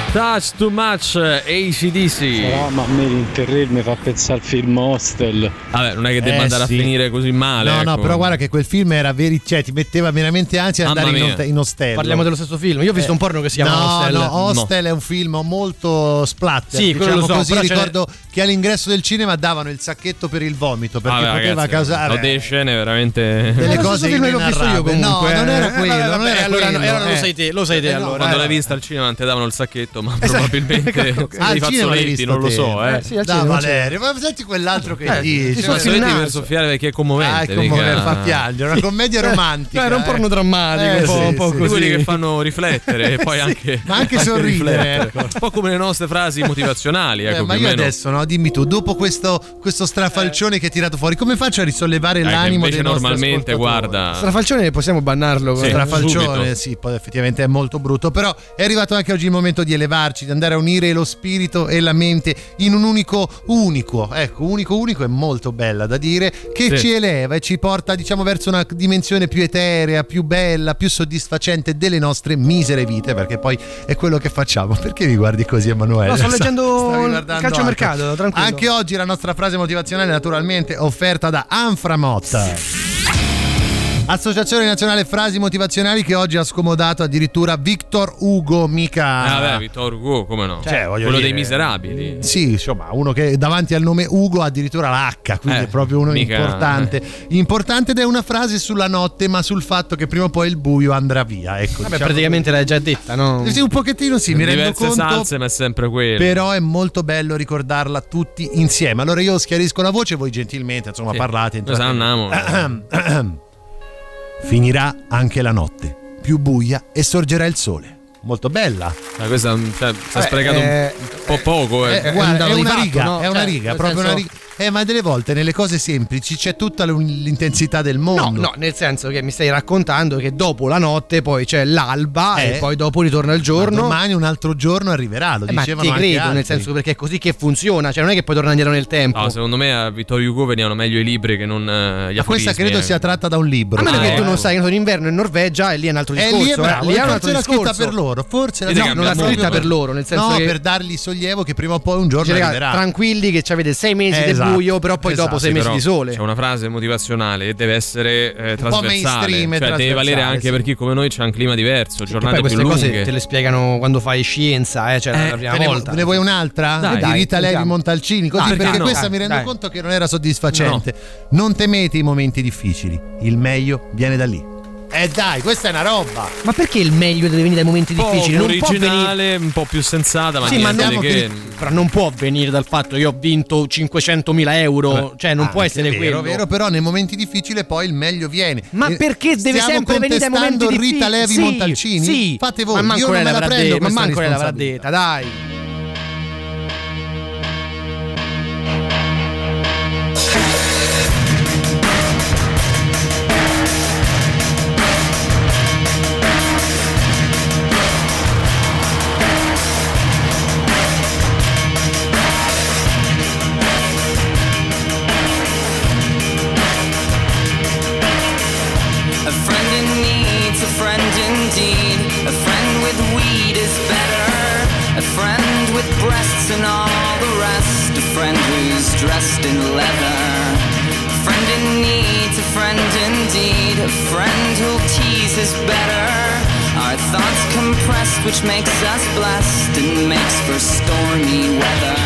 Touch Too Much, A C D C. Però, ma a me l'Interrail mi fa pensare al film Hostel. Vabbè, non è che debba Eh, andare sì. a finire così male. No, ecco. no, però guarda che quel film era veri, cioè ti metteva veramente ansia di Mamma andare in, mia. hotel- in ostello. Parliamo dello stesso film. Io ho visto Eh, un porno che si chiama no, Hostel. No, Hostel è un film molto splatter. Sì, quello diciamo lo so, così. però ce n'è- Ricordo che all'ingresso del cinema davano il sacchetto per il vomito perché Vabbè, poteva ragazzi, causare ho delle scene veramente delle Lo cose stesso film l'ho visto io inenarrabili. comunque. No, non era Eh, quello, vabbè, non era allora, quello. allora lo eh. sai te, lo sai te Eh, no, allora. Quando eh. l'hai vista al cinema ti davano il sacchetto, ma probabilmente Ah, dei al cinema l'hai fazzoletti, visto non lo te? so, eh. Eh, sì, al Da cinema, Valerio, ma senti quell'altro che Eh, dice. ti I so fazzoletti naso. per soffiare perché è commovente. Ah, è commovente, mica- fa piangere, una commedia romantica. Eh, era un porno eh. drammatico, Eh, un po', sì, un po' sì. Di quelli così. che fanno riflettere e poi anche, ma anche sorridere, ecco. Un po' come le nostre frasi motivazionali, ecco, Eh, ma più o io meno. adesso, no, dimmi tu, dopo questo, questo strafalcione che hai tirato fuori, come faccio a risollevare Eh, che l'animo invece dei nostri normalmente, ascoltatori? guarda. Strafalcione possiamo bannarlo. Sì. Strafalcione, subito. sì, poi effettivamente è molto brutto, però è arrivato anche oggi il momento di elevarci, di andare a unire lo spirito e la mente in un unico unico, ecco, unico unico è molto bella da dire, che Sì. ci eleva e ci porta, diciamo, verso una dimensione più eterea, più bella, più soddisfacente delle nostre misere vite, perché poi è quello che facciamo. Perché mi guardi così, Emanuele? No, sto Sta- leggendo stavi il guardando calciomercato, altro. tranquillo. Anche oggi la nostra frase motivazionale naturalmente offerta da Anframot. Associazione Nazionale Frasi Motivazionali, che oggi ha scomodato addirittura Victor Hugo, mica. Ah, beh, Vittor Hugo, come no? Cioè, voglio quello dire- dei miserabili. Sì, insomma, uno che davanti al nome Ugo ha addirittura l'H, quindi Eh, è proprio uno mica- importante. Importante, ed è una frase sulla notte, ma sul fatto che prima o poi il buio andrà via. Ecco, Vabbè, diciamo- praticamente l'hai già detta, no? Sì, un pochettino sì, mi rendo Diverse conto. salse, ma è sempre quello. Però è molto bello ricordarla tutti insieme. Allora io schiarisco la voce, voi gentilmente, insomma, Sì. parlate. Noi andiamo. Finirà anche la notte, più buia, e sorgerà il sole. Molto bella. Ma questa cioè, si è Eh, sprecato eh, un po' poco, eh. Eh, guarda, dato è di una fatto, riga, no? è una Cioè, riga, nel proprio senso- una riga. Eh, ma delle volte nelle cose semplici c'è tutta l'intensità del No, mondo. no, nel senso che mi stai raccontando che dopo la notte poi c'è l'alba Eh. e poi dopo ritorna il Ma giorno. domani un altro giorno arriverà, lo Eh, ma dicevano ti anche credo, altri. nel senso, perché è così che funziona, cioè non è che puoi tornare indietro nel tempo. No, secondo me a Vittorio Hugo venivano meglio i libri che non eh, gli Ma questa aforismi, credo eh. sia tratta da un libro. A meno Ah, che tu eh. non sai che sono in inverno in Norvegia e lì è un altro E discorso. lì è bravo, eh. Lì è un forse altro l'ha scritta discorso. per loro, forse l'ha Vedi che No, non l'ha cambia scritta molto. per loro, nel senso no, che per dargli sollievo che prima o poi un giorno dice, arriverà. raga, tranquilli che avete sei mesi Esatto, del buio, però poi esatto, dopo sei sì, mesi Però di sole. c'è una frase motivazionale e deve essere eh, po' trasversale, mainstream e cioè deve valere trasversale, anche sì. per chi come noi c'ha un clima diverso, E giornate poi queste più cose lunghe. te le spiegano quando fai scienza, eh, cioè Eh, la prima Te ne, volta. ne vuoi un'altra? Dai, di dai, Rita Levi sentiamo. Montalcini, così, Dai, perché no, questa dai, mi rendo dai. conto che non era soddisfacente. Non temete i momenti difficili, il meglio viene da lì. Eh dai, questa è una roba. Ma perché il meglio deve venire dai momenti Un po' difficili? Non può venire. originale, un po' più sensata, ma Sì, ma niente non, di che. però non può venire dal fatto che io ho vinto cinquecentomila euro, cioè non Ah, può essere vero, quello. vero, però nei momenti difficili poi il meglio viene. Ma Eh, perché deve stiamo sempre venire dai momenti contestando difficili? Rita Levi Sì, Montalcini? Sì, Fate voi, ma manco io non lei me la l'avrà prendo detta, ma questa manco lei l'avrà responsabilità. detta, dai. A friend in need's a friend indeed. A friend with weed is better. A friend with breasts and all the rest. A friend who's dressed in leather. A friend in need's a friend indeed. A friend who'll tease is better. Our thoughts compressed, which makes us blessed and makes for stormy weather.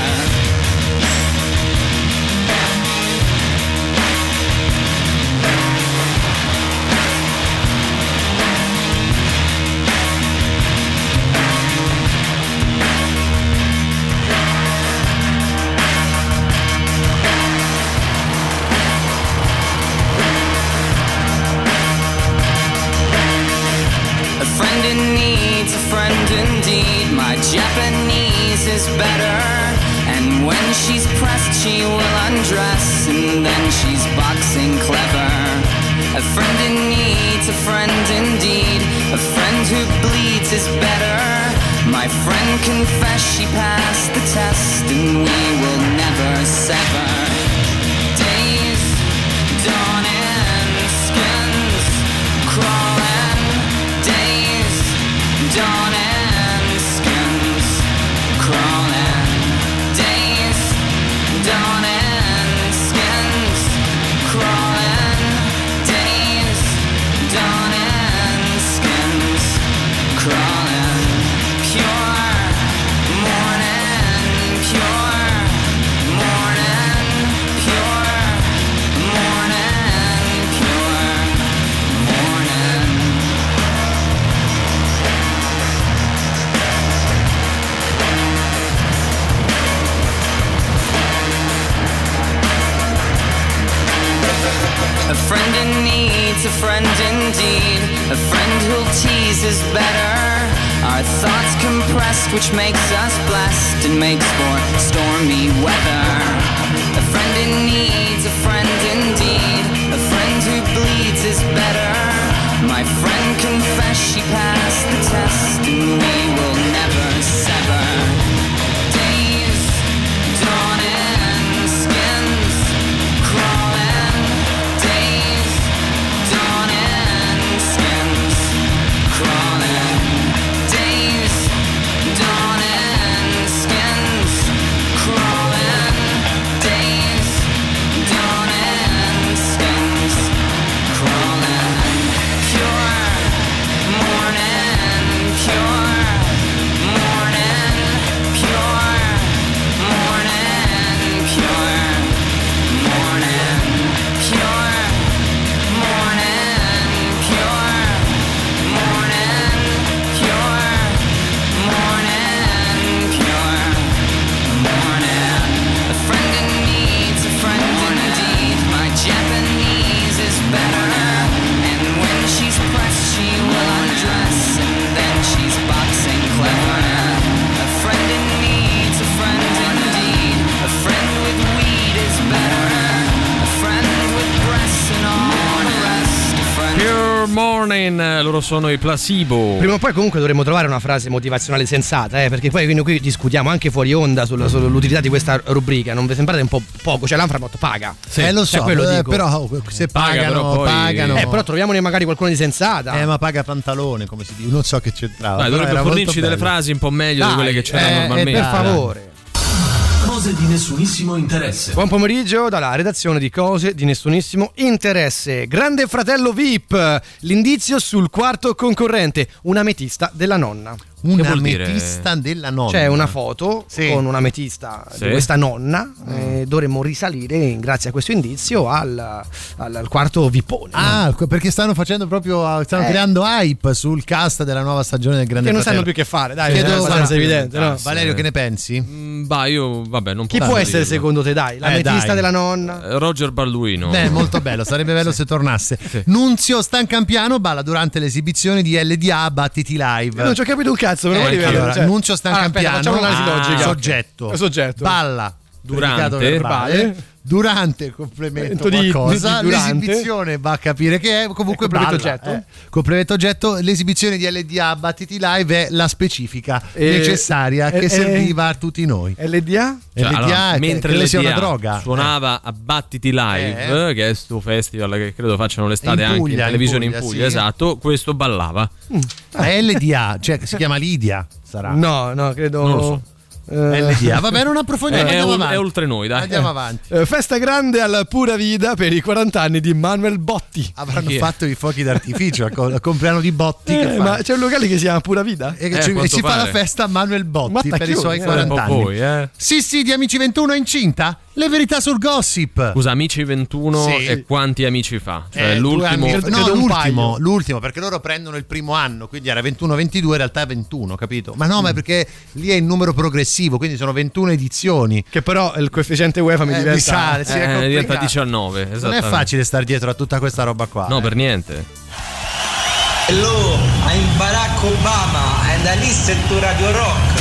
A friend in need's a friend indeed. My Japanese is better. And when she's pressed, she will undress. And then she's boxing clever. A friend in need's a friend indeed. A friend who bleeds is better. My friend confessed she passed the test. And we will never sever. Days, dawning, skins crawling. Days, dawn and skins crawling, pure morning, pure morning, pure morning, pure morning. A friend in need's a friend indeed. A friend who'll tease is better. Our thoughts compressed, which makes us blessed and makes for stormy weather. A friend in need's a friend indeed. A friend who bleeds is better. My friend confessed she passed the test, and we will never sever. Days dawning, skins crawling. Days dawning, skins crawling. Days dawning, skins crawling. Days dawning, skins crawling. Pure morning, pure morning, pure morning, pure morning, pure morning, pure morning, pure morning, pure morning. A friend in need's a friend indeed. My Japanese is better, and when she's pressed, she will undress, and then she's boxing clever. A friend in need's a friend indeed. A friend with weed is better. A friend with breasts and all the rest. A friend. Pure Morning, loro sono i Placebo. Prima o poi comunque dovremmo trovare una frase motivazionale sensata, eh, perché poi quindi qui discutiamo anche fuori onda sul- sull'utilità di questa rubrica. Non vi sembrate un po' poco? Cioè l'Anframot paga. Eh, lo Cioè, so, quello eh, dico. però se Paga, pagano, però poi- pagano. Eh, però troviamone magari qualcuno di sensata. Eh, ma paga pantalone, come si dice. Non so che c'entrava. Dai, però dovrebbe era fornirci molto delle bello. frasi un po' meglio Dai, di quelle che c'erano eh, normalmente. eh, per favore. Cose di nessunissimo interesse. Buon pomeriggio dalla redazione di Cose di Nessunissimo Interesse. Grande Fratello V I P, l'indizio sul quarto concorrente, un ametista della nonna. Una vuol dire? ametista della nonna. C'è una foto Sì. con un ametista Sì. di questa nonna. Eh, dovremmo risalire, grazie a questo indizio, al, al- al quarto vipone. Ah, perché stanno facendo proprio stanno Eh. creando hype sul cast della nuova stagione del Grande che non Fratello. sanno più che fare, dai, Chiedo- è abbastanza evidente, no? Valerio, che ne pensi? Mm, Bah, io, vabbè, non Chi posso può essere dirlo. secondo te, dai? L'ametista dai. della nonna? Eh, Roger Balduino. Beh, molto bello, sarebbe bello se tornasse. Nunzio Stancampiano balla durante l'esibizione di L D A Battiti Live. Non ci ho capito un cazzo, però Eh, volevi vedere, allora, cioè- Nunzio Stancampiano, Ah, aspetta, facciamo un'analisi ah, logica. soggetto, Soggetto. balla Durante. predicato verbale, Verbale. durante il complemento Di- qualcosa, di- durante. l'esibizione va a capire che è, comunque complemento balla, oggetto. eh. Complemento oggetto, l'esibizione di L D A Battiti Live è la specifica E- necessaria e- che e- serviva a tutti noi. L D A? Cioè, L D A allora, che mentre credo l'L D A sia una droga. suonava a Battiti Live, Eh. che è sto festival che credo facciano l'estate In anche Puglia, in in televisione in Puglia, Puglia, sì. esatto, questo ballava. Ma è L D A, cioè si chiama Lidia, sarà. No, no, credo. Non lo so. Eh, L D A, va bene, non È, approfondiamo, è andiamo ol- avanti. è oltre noi, dai. Andiamo avanti. eh, festa grande alla pura vida per i quaranta anni di Manuel Botti. Avranno Chi è? fatto i fuochi d'artificio al co- al compleanno di Botti. Eh, che ma fa? c'è un locale che si chiama Pura Vida? E, che Eh, ci- e quanto ci fa pare. la festa Manuel Botti Ma per i suoi tacchioni, eh. quaranta Un po' anni. voi, eh. Sì, sì, di Amici ventuno è incinta? Le verità sul gossip. Scusa, Amici ventuno Sì. e quanti amici fa? Cioè, Eh, due l'ultimo. anni fa- credo no, un l'ultimo, paio. l'ultimo, perché loro prendono il primo anno, quindi era ventuno ventidue, in realtà è ventuno, capito? Ma no, ma è perché lì è il numero progressivo, quindi sono ventuno edizioni. Che però il coefficiente UEFA mi Eh, diventa. mi sale, sì, è Eh, diventa complicato. diciannove. Non è esattamente. facile star dietro a tutta questa roba qua. No, eh. per niente. Hello, I'm Barack Obama and I listen to Radio Rock.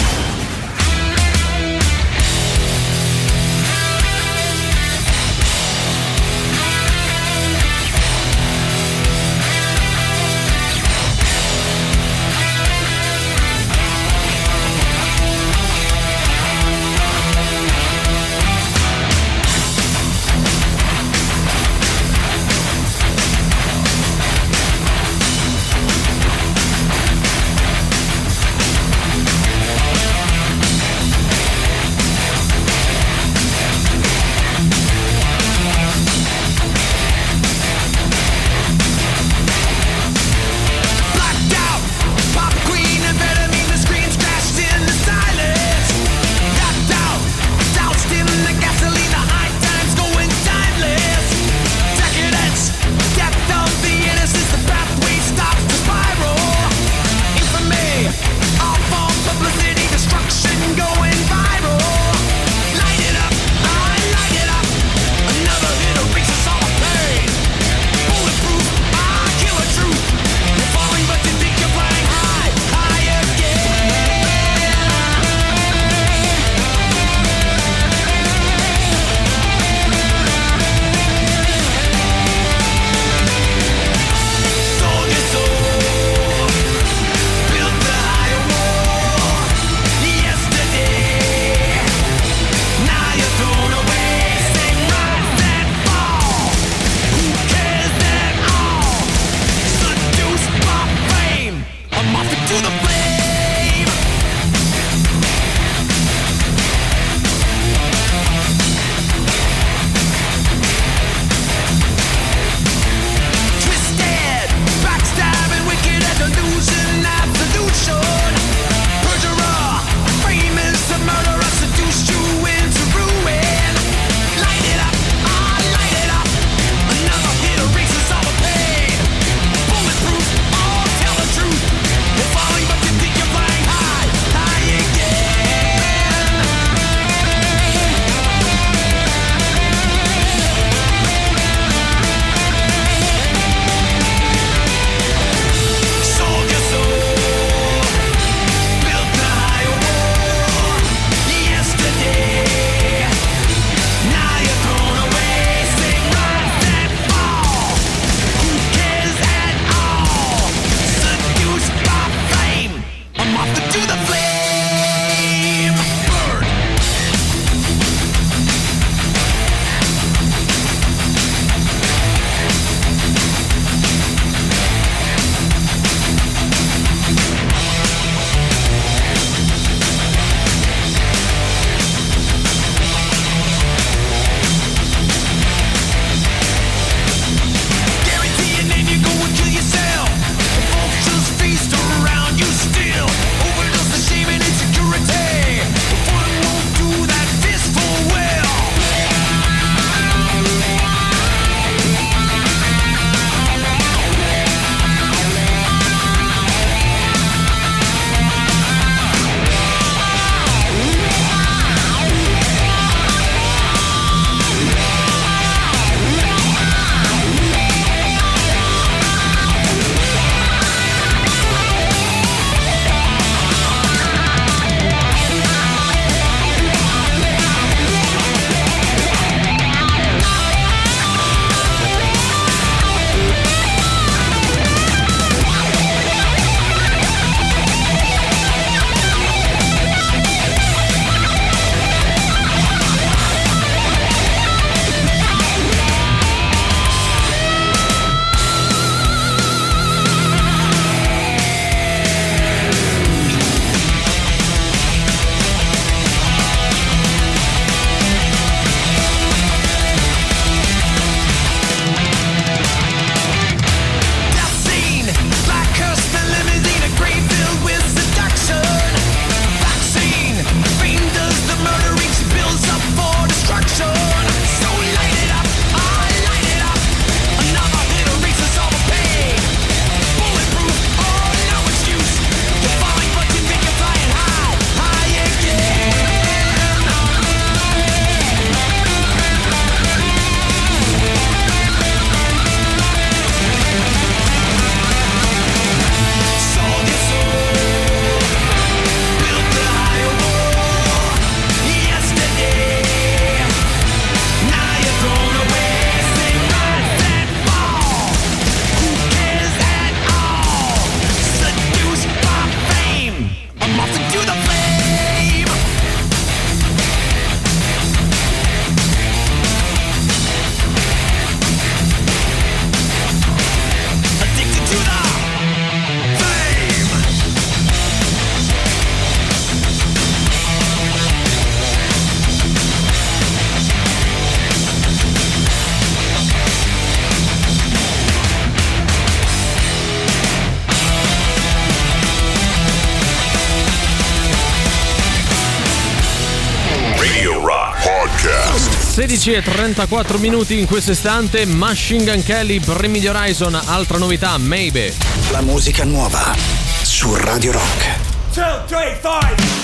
sedici e trentaquattro minuti in questo istante. Machine Gun Kelly, Bring Me the Horizon, altra novità, Maybe. La musica nuova su Radio Rock. Two, three, five.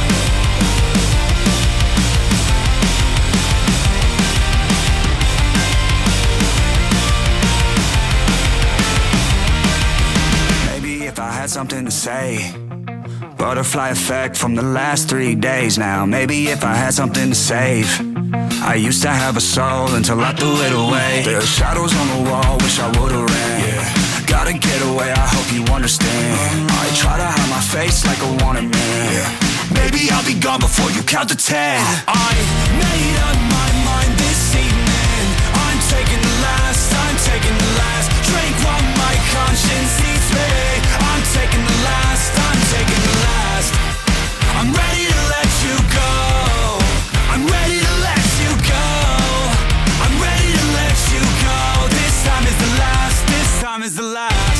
If I had something to say, butterfly effect from the last three days now. Maybe if I had something to save. I used to have a soul until I threw it away. There are shadows on the wall, wish I would've ran. Yeah. Gotta get away, I hope you understand. I try to hide my face like a wanted man. Yeah. Maybe I'll be gone before you count to ten. I made up my mind this evening. I'm taking the last, I'm taking the last drink while my conscience eats me. I'm taking the last, I'm taking the last. I'm ready to let you go. I'm ready to let you go. I'm ready to let you go. This time is the last, this time is the last.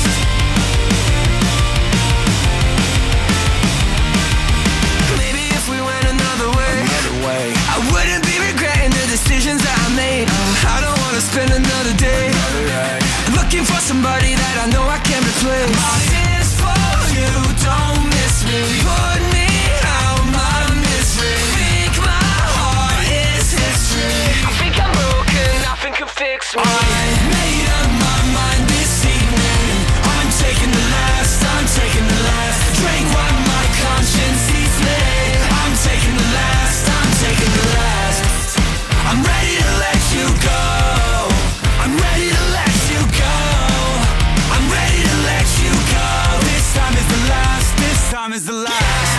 Maybe if we went another way, another way, I wouldn't be regretting the decisions that I made. I don't wanna spend another day looking for somebody that I know I can replace. My tears for you, don't miss me. Put me out my misery. Think my heart is history. I think I'm broken, nothing can fix me. I made up my mind this evening. I'm taking the last, I'm taking the last drink while my conscience eats me. I'm taking the last, I'm taking the last. I'm ready to let you go. I'm ready to let you go. I'm ready to let you go. This time is the last, this time is the last.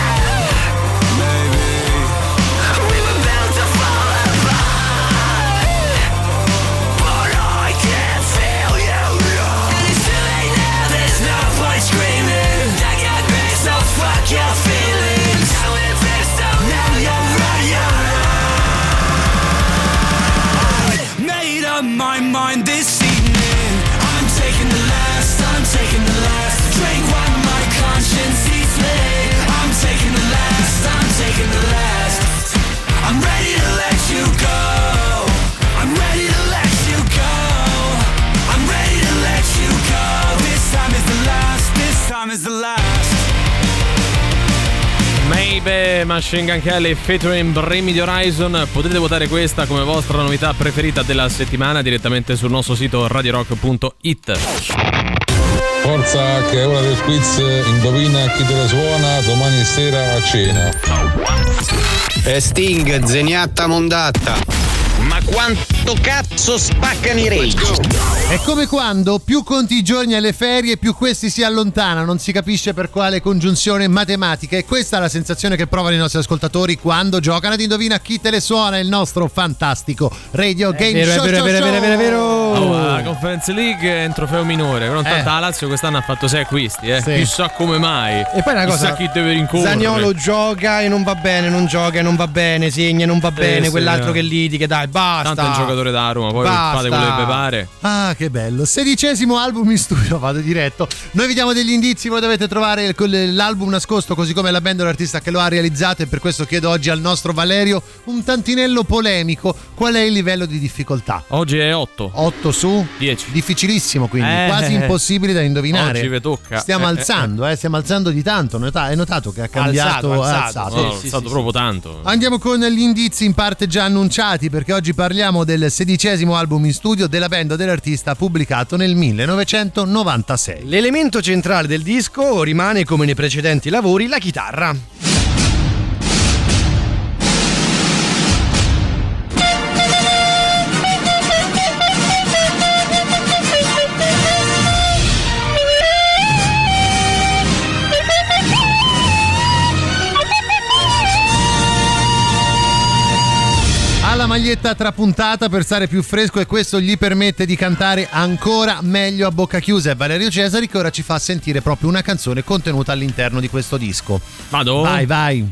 Maybe we were bound to fall apart, but I can't feel you. And it's too late now, there's no point screaming. I got grace, so fuck your feelings. Now we're fixed up, now you're right, you're right. I made up my mind this evening. I'm taking the last, I'm taking the last drink while my conscience eats me. I'm taking the last, I'm taking the last. I'm ready to let you go. I'm ready to let you go. I'm ready to let you go. This time is the last, this time is the last. Maybe, Machine Gun Kelly featuring Bring Me the Horizon. Potete votare questa come vostra novità preferita della settimana direttamente sul nostro sito radio rock punto it. Forza che è ora del quiz, indovina chi te la suona domani sera a cena. E Sting, Zeniatta Mondatta. Ma quanto cazzo spaccano i rage? È come quando più conti i giorni alle ferie più questi si allontanano, non si capisce per quale congiunzione matematica, e questa è la sensazione che provano i nostri ascoltatori quando giocano ad Indovina chi te le suona, il nostro fantastico Radio Game vero, Show. È vero, show, è vero, show. è vero, è vero. Oh, la Conference League è un trofeo minore, però intanto Eh. la Lazio quest'anno ha fatto sei acquisti, eh. Sì. Chissà come mai. E poi una cosa, chissà chi deve rincorrere. Zaniolo gioca e non va bene, non gioca e non va bene, segna e non va bene, sì, quell'altro eh. che litiga, dai, basta. Tanto è un giocatore da Roma, poi Basta. fate quello che vi pare. Ah, che bello. Sedicesimo album in studio, vado diretto. Noi vi diamo degli indizi, voi dovete trovare il- l'album nascosto, così come la band o l'artista che lo ha realizzato, e per questo chiedo oggi al nostro Valerio un tantinello polemico: qual è il livello di difficoltà? Oggi è otto. otto su dieci. Difficilissimo, quindi Eh. quasi impossibile da indovinare. Oggi vi tocca. Stiamo Eh, alzando, eh, stiamo alzando di tanto. Nota- Hai notato che ha cambiato? Alzato, ha alzato. No, alzato. è stato proprio tanto. Andiamo con gli indizi in parte già annunciati, perché oggi parliamo del sedicesimo album in studio della band o dell'artista pubblicato nel millenovecentonovantasei. L'elemento centrale del disco rimane, come nei precedenti lavori, la chitarra. Ha la maglietta trapuntata per stare più fresco, e questo gli permette di cantare ancora meglio a bocca chiusa. È Valerio Cesari che ora ci fa sentire proprio una canzone contenuta all'interno di questo disco. Vado? Vai, vai.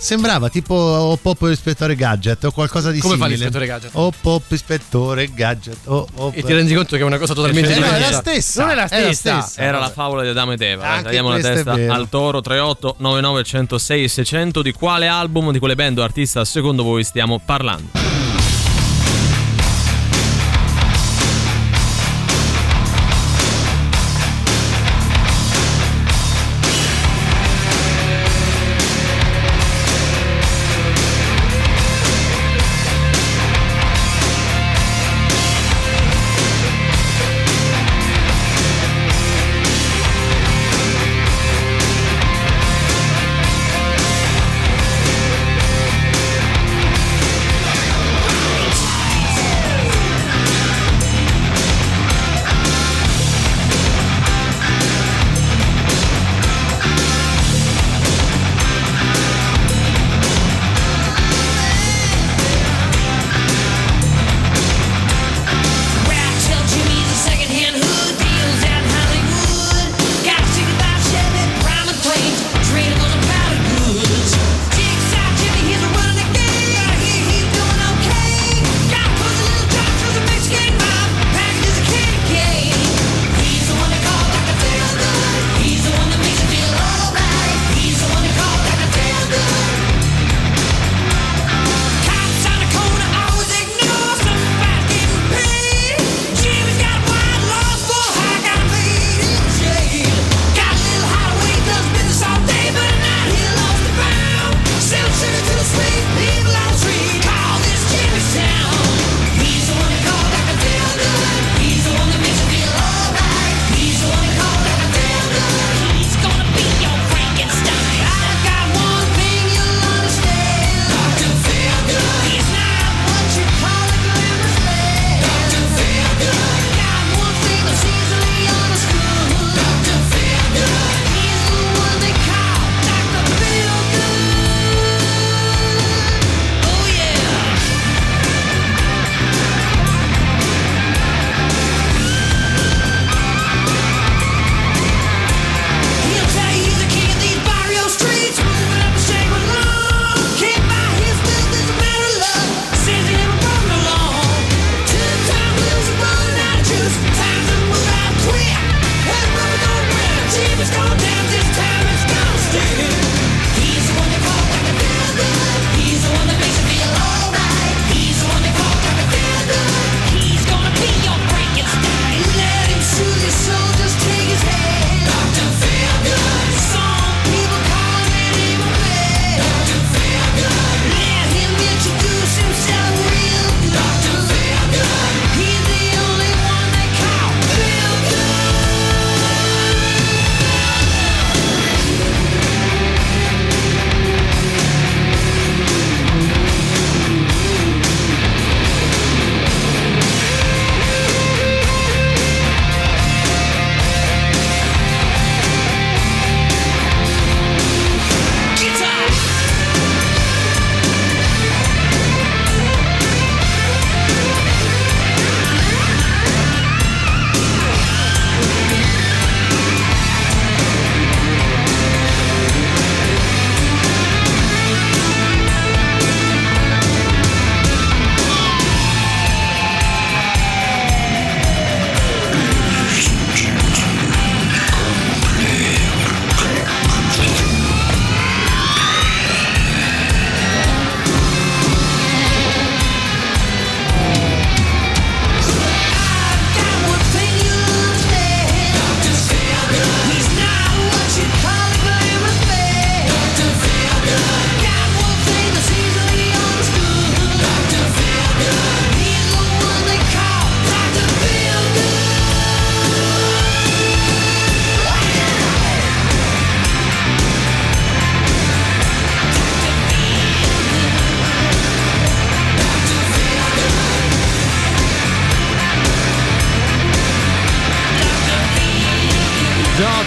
Sembrava tipo O Pop Ispettore Gadget o qualcosa di Come fa simile. l'ispettore Gadget? O Pop Ispettore Gadget. O, o, E ti rendi conto che è una cosa totalmente Eh, no, diversa. è la stessa. Non è la È la stessa. stessa. Era la favola di Adamo ed Eva. Anche Tagliamo la questo è testa vero. al toro. Trentotto novantanove centosei seicento. Di quale album, di quale band o artista secondo voi stiamo parlando?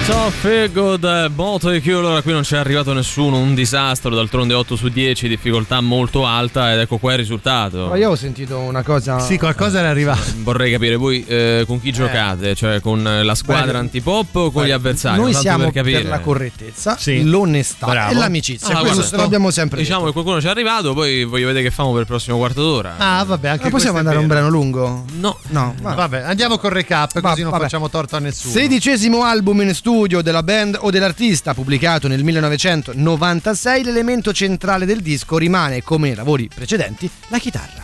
So good, molto di più. Allora qui non c'è arrivato nessuno, un disastro, d'altronde otto su dieci, difficoltà molto alta ed ecco qua il risultato. Ma io ho sentito una cosa. Sì, qualcosa era arrivato. Vorrei capire voi eh, con chi giocate, cioè con la squadra Beh, antipop o con beh, gli avversari? Noi Tanto siamo per, per, capire. la correttezza, Sì. l'onestà Bravo. e l'amicizia. Ah, Questo guarda, l'abbiamo sempre diciamo detto. che qualcuno ci è arrivato, poi voglio vedere che famo per il prossimo quarto d'ora. Ah, vabbè, anche Ma possiamo questo è andare a un vero. brano lungo? No. No, va. Vabbè, andiamo col recap, Va- così non vabbè. facciamo torto a nessuno. Sedicesimo album in studio della band o dell'artista, pubblicato nel millenovecentonovantasei. L'elemento centrale del disco rimane, come nei lavori precedenti, la chitarra.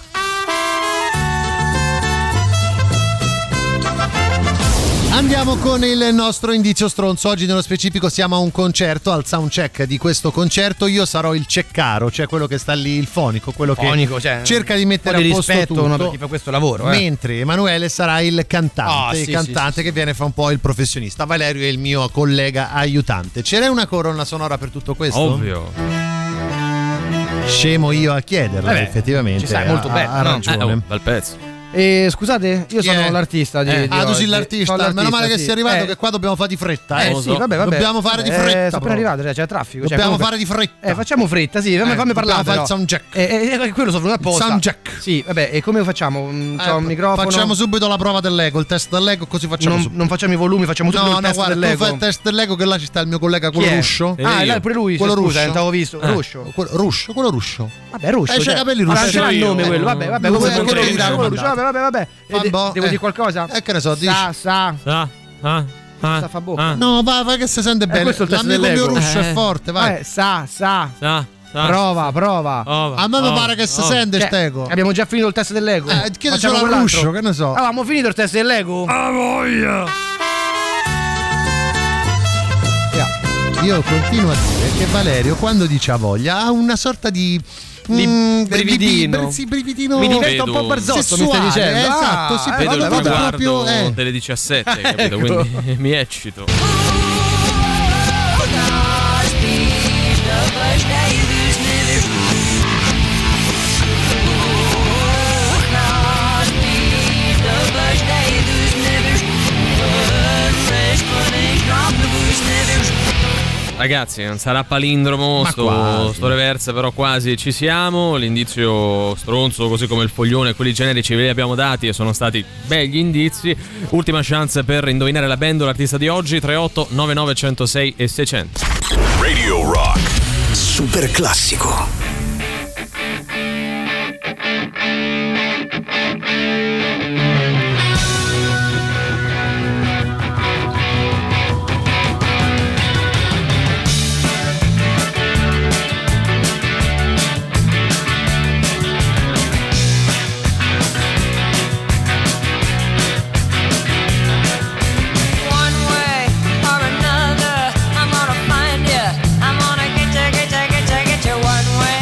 Andiamo con il nostro indizio stronzo. Oggi nello specifico siamo a un concerto, al soundcheck di questo concerto. Io sarò il ceccaro, cioè quello che sta lì, il fonico, quello Fonico, che cioè, cerca di mettere un po' a di posto rispetto, tutto, no, per chi fa questo lavoro, eh. mentre Emanuele sarà il cantante, Ah, il sì, cantante sì, sì, che viene fa un po' il professionista. Valerio è il mio collega aiutante. Ce n'è una colonna sonora per tutto questo? Ovvio. Scemo io a chiederla, Eh beh, effettivamente. ci stai molto ha, bene, ha no? ragione. Eh, oh, bel pezzo. E scusate, io Chi sono è? l'artista di, Eh, di ah, tu oggi. sei l'artista. Sono Meno male che sì. sei arrivato, Eh, che qua dobbiamo fare di fretta. Eh Eh, sì, vabbè, vabbè. Dobbiamo fare di Eh, fretta. sono appena proprio. arrivato, cioè, c'è traffico. cioè, Dobbiamo comunque- fare di fretta. Eh, facciamo fretta, sì, fammi, Eh, fammi parlare. dobbiamo fare il però. soundcheck. Eh, eh, eh, quello sono venuto apposta. Soundcheck. Sì, vabbè, e come facciamo? Mm, C'ho Eh, un microfono. Facciamo subito la prova dell'ego, il test dell'ego, così facciamo non, subito. non facciamo i volumi, facciamo tutto No, il no, test guarda, tu dell'ego. fai il test dell'ego, che là ci sta il mio collega, quello Chi è? ruscio. Ah, io. là pure lui, Quello scusa, ruscio. non t'avevo visto. Eh. Ruscio. Quello ruscio, quello ruscio. Vabbè, Ruscio. Eh, c'ha cioè, i capelli ah, russi. c'era il Io. nome quello, vabbè, vabbè. Lui comunque è quello quello che ruscio, dà quello ruscio, mandato. vabbè, vabbè, vabbè. E Fan de- boh, devo eh. dire qualcosa? Eh, che ne so, dici. Sa, sa. Ah, ah, ah, Sta fa bocca. ah. No, vai, vai che si sente bene. questo è il test L'amico mio dell'ego. ruscio Eh. è forte, vai. Eh, sa, sa. Sa, sa. Prova, prova. Oh, A me mi oh, pare che si oh. sente Cioè, stego. abbiamo già finito il test dell'ego. Eh, chiedi Facciamo solo al quell'altro. ruscio, che ne so. Ah, avevamo finito il test dell'ego? Ah, voglia. Io continuo a dire che Valerio, quando dice ha voglia, ha una sorta di. Di mm, brividino. Di, sì, brividino. Mi diventa un Vedo po' barzotto, mi stai sessuale, dicendo. eh, esatto, Ah, sì, eh, Vedo vabbè, il vabbè, traguardo proprio, eh. delle diciassette, capito? Ecco. Quindi mi eccito. Ragazzi, non sarà palindromo sto, quasi. sto reverse, però quasi ci siamo. L'indizio stronzo, così come il foglione, quelli generici ve li abbiamo dati e sono stati begli indizi. Ultima chance per indovinare la band o l'artista di oggi. Tre otto nove nove uno zero sei e seicento. Radio Rock. Super classico. One way or another, I'm gonna find you. I'm gonna get you, get you, get you, get you. One way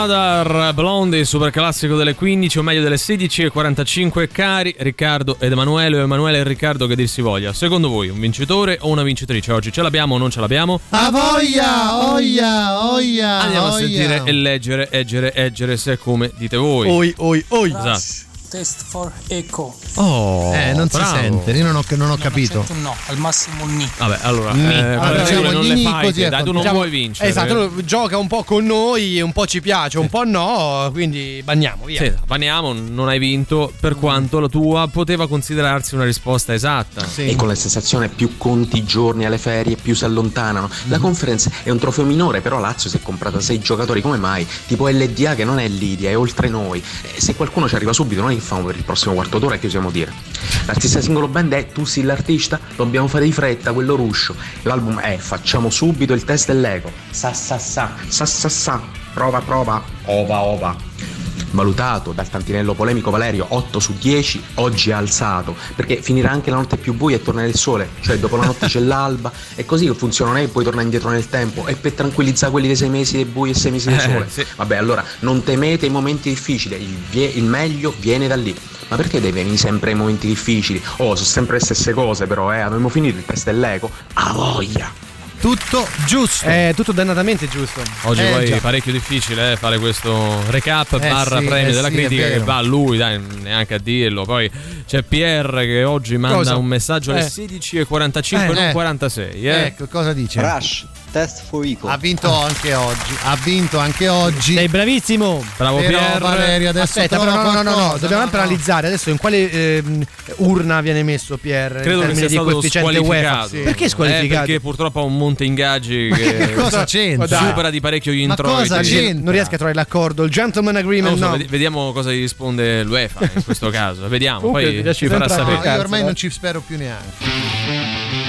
Radar, Blondie, super classico delle quindici, o meglio delle sedici e quarantacinque. Cari Riccardo ed Emanuele, o Emanuele e Riccardo, che dir si voglia, secondo voi un vincitore o una vincitrice oggi? Ce l'abbiamo o non ce l'abbiamo? A voglia, oia, oia. Andiamo oia. a sentire e leggere, leggere, leggere se come dite voi. Oi, oi, oi. Esatto. Test for echo. Oh, eh, non bravo. si sente, io non ho, non ho capito. Un no, al massimo un ni. Vabbè, allora, Ni. eh, Allora, diciamo, non gli le ni fai, così, te, dai, tu non Diciamo- vuoi vincere. Esatto, lui gioca un po' con noi, un po' ci piace, un po' no, quindi banniamo, via. Sì, banniamo, non hai vinto, per quanto la tua poteva considerarsi una risposta esatta. E con la sensazione più conti i giorni alle ferie più si allontanano. La Conference è un trofeo minore, però Lazio si è comprata sei giocatori, come mai? Tipo L D A che non è Lidia, è oltre noi. Eh, se qualcuno ci arriva subito noi che famo per il prossimo quarto d'ora, che usiamo dire. L'artista singolo band è Tu sei l'artista, dobbiamo fare di fretta, quello ruscio. L'album è Facciamo subito il test dell'ego. Sa sa sa, sa sa sa, prova prova, ova ova. Valutato dal tantinello polemico Valerio otto su dieci, oggi è alzato, perché finirà anche la notte più buia e tornerà il sole, cioè dopo la notte c'è l'alba, è così che funziona, non è che puoi tornare indietro nel tempo, e per tranquillizzare quelli dei sei mesi dei bui e sei mesi di sole. Eh, sì. Vabbè, allora non temete i momenti difficili, il, vie- il meglio viene da lì. Ma perché deve venire sempre i momenti difficili? Oh, sono sempre le stesse cose, però, eh, abbiamo finito il test dell'ego. A voglia! Tutto giusto. È tutto dannatamente giusto. Oggi Eh, poi già. è parecchio difficile eh, fare questo recap Eh barra sì, premio eh della sì, critica è che vero. va a lui, dai, neanche a dirlo. Poi c'è Pierre che oggi manda Cosa? un messaggio alle Eh. sedici e quarantacinque, Eh, non eh. quarantasei. Eh. Ecco, cosa dice? Rush, test for Ico. Ha vinto anche oggi. Ha vinto anche oggi. Sei bravissimo. Bravo Però, Pierre. Valerio, adesso Aspetta, però trova no, no, no, no, qualcosa, dobbiamo no, no. analizzare adesso in quale ehm, urna viene messo Pierre. Credo in che termini sia di stato coefficiente UEFA. squalificato. Sì. Perché squalificato? Eh, perché purtroppo ha un monte ingaggi che Cosa c'entra? supera di parecchio gli Ma introiti. cosa c'entra? Non riesco a trovare l'accordo, il gentleman Non agreement lo so, no. ved- vediamo cosa gli risponde l'UEFA in questo caso. Vediamo, Comunque, poi riesci ci farà sempre a sapere. No, Cazzo, io ormai eh. non ci spero più neanche.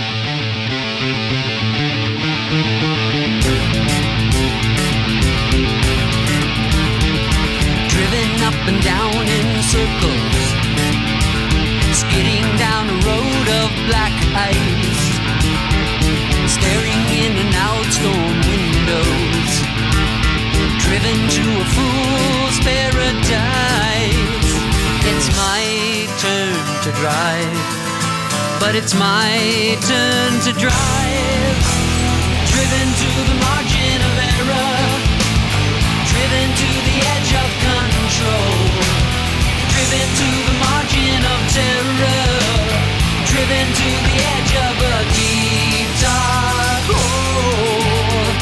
Driven up and down in circles, skidding down a road of black ice, staring in and out storm windows, driven to a fool's paradise. It's my turn to drive, but it's my turn to drive, driven to the margin of error, driven to the edge of control, driven to the margin of terror, driven to the edge of a deep dark hole.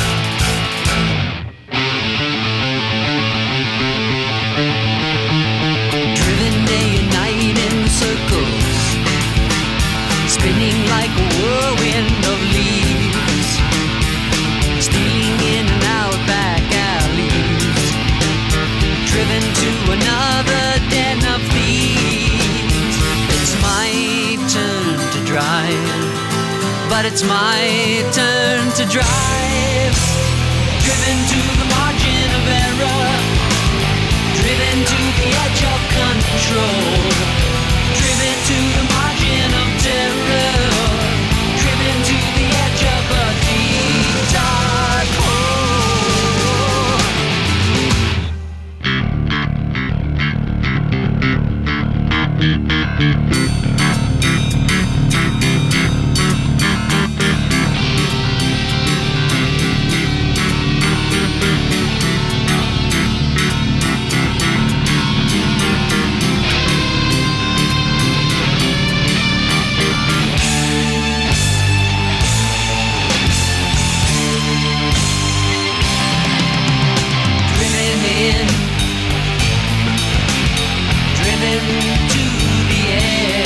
Driven day and night in circles, spinning like a whirlwind of leaves, stealing in and out back alleys, driven to another den of thieves. It's my turn to drive, but it's my turn to drive, driven to the margin of error, driven to the edge of control, driven to the margin of terror, driven to the edge of a deep dark hole. Driven in, driven to the edge.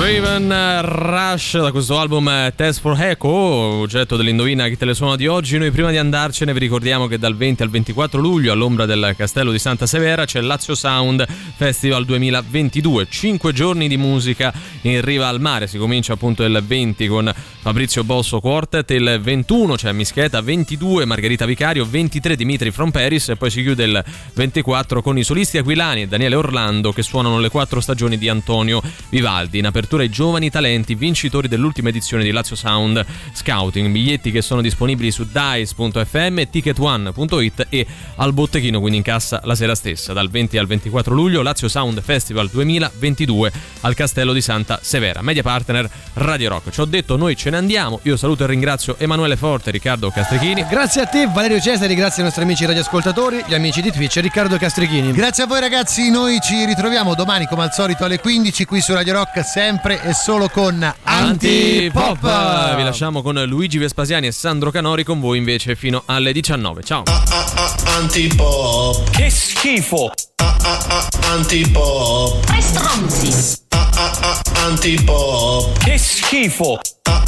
Raven Rush da questo album Test for Echo, oggetto dell'Indovina chi te le suona di oggi. Noi prima di andarcene vi ricordiamo che dal venti al ventiquattro luglio all'ombra del Castello di Santa Severa c'è Lazio Sound Festival duemilaventidue, cinque giorni di musica in riva al mare. Si comincia appunto il venti con Fabrizio Bosso Quartet, il ventuno c'è Mischeta, ventidue Margherita Vicario, ventitré Dimitri from Paris e poi si chiude il ventiquattro con i solisti aquilani e Daniele Orlando che suonano le quattro stagioni di Antonio Vivaldi. In apertura i giovani talenti vincitori dell'ultima edizione di Lazio Sound Scouting, biglietti che sono disponibili su dice punto effe emme, ticket one punto it e al botteghino, quindi in cassa la sera stessa. Dal venti al ventiquattro luglio Lazio Sound Festival duemilaventidue al Castello di Santa Severa. Media partner Radio Rock. Ci ho detto, noi ce ne andiamo. Io saluto e ringrazio Emanuele Forte e Riccardo Castrichini. Grazie a te Valerio Cesari, grazie ai nostri amici radioascoltatori, gli amici di Twitch e Riccardo Castrichini. Grazie a voi ragazzi, noi ci ritroviamo domani come al solito alle quindici qui su Radio Rock, sempre e solo con Antipop. Vi lasciamo con Luigi Vespasiani e Sandro Canori, con voi invece fino alle diciannove. Ciao. Antipop. Che schifo. Antipop. Tre stronzi. Antipop. Che schifo.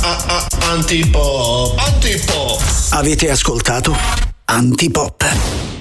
Antipop. Antipop. Avete ascoltato Antipop.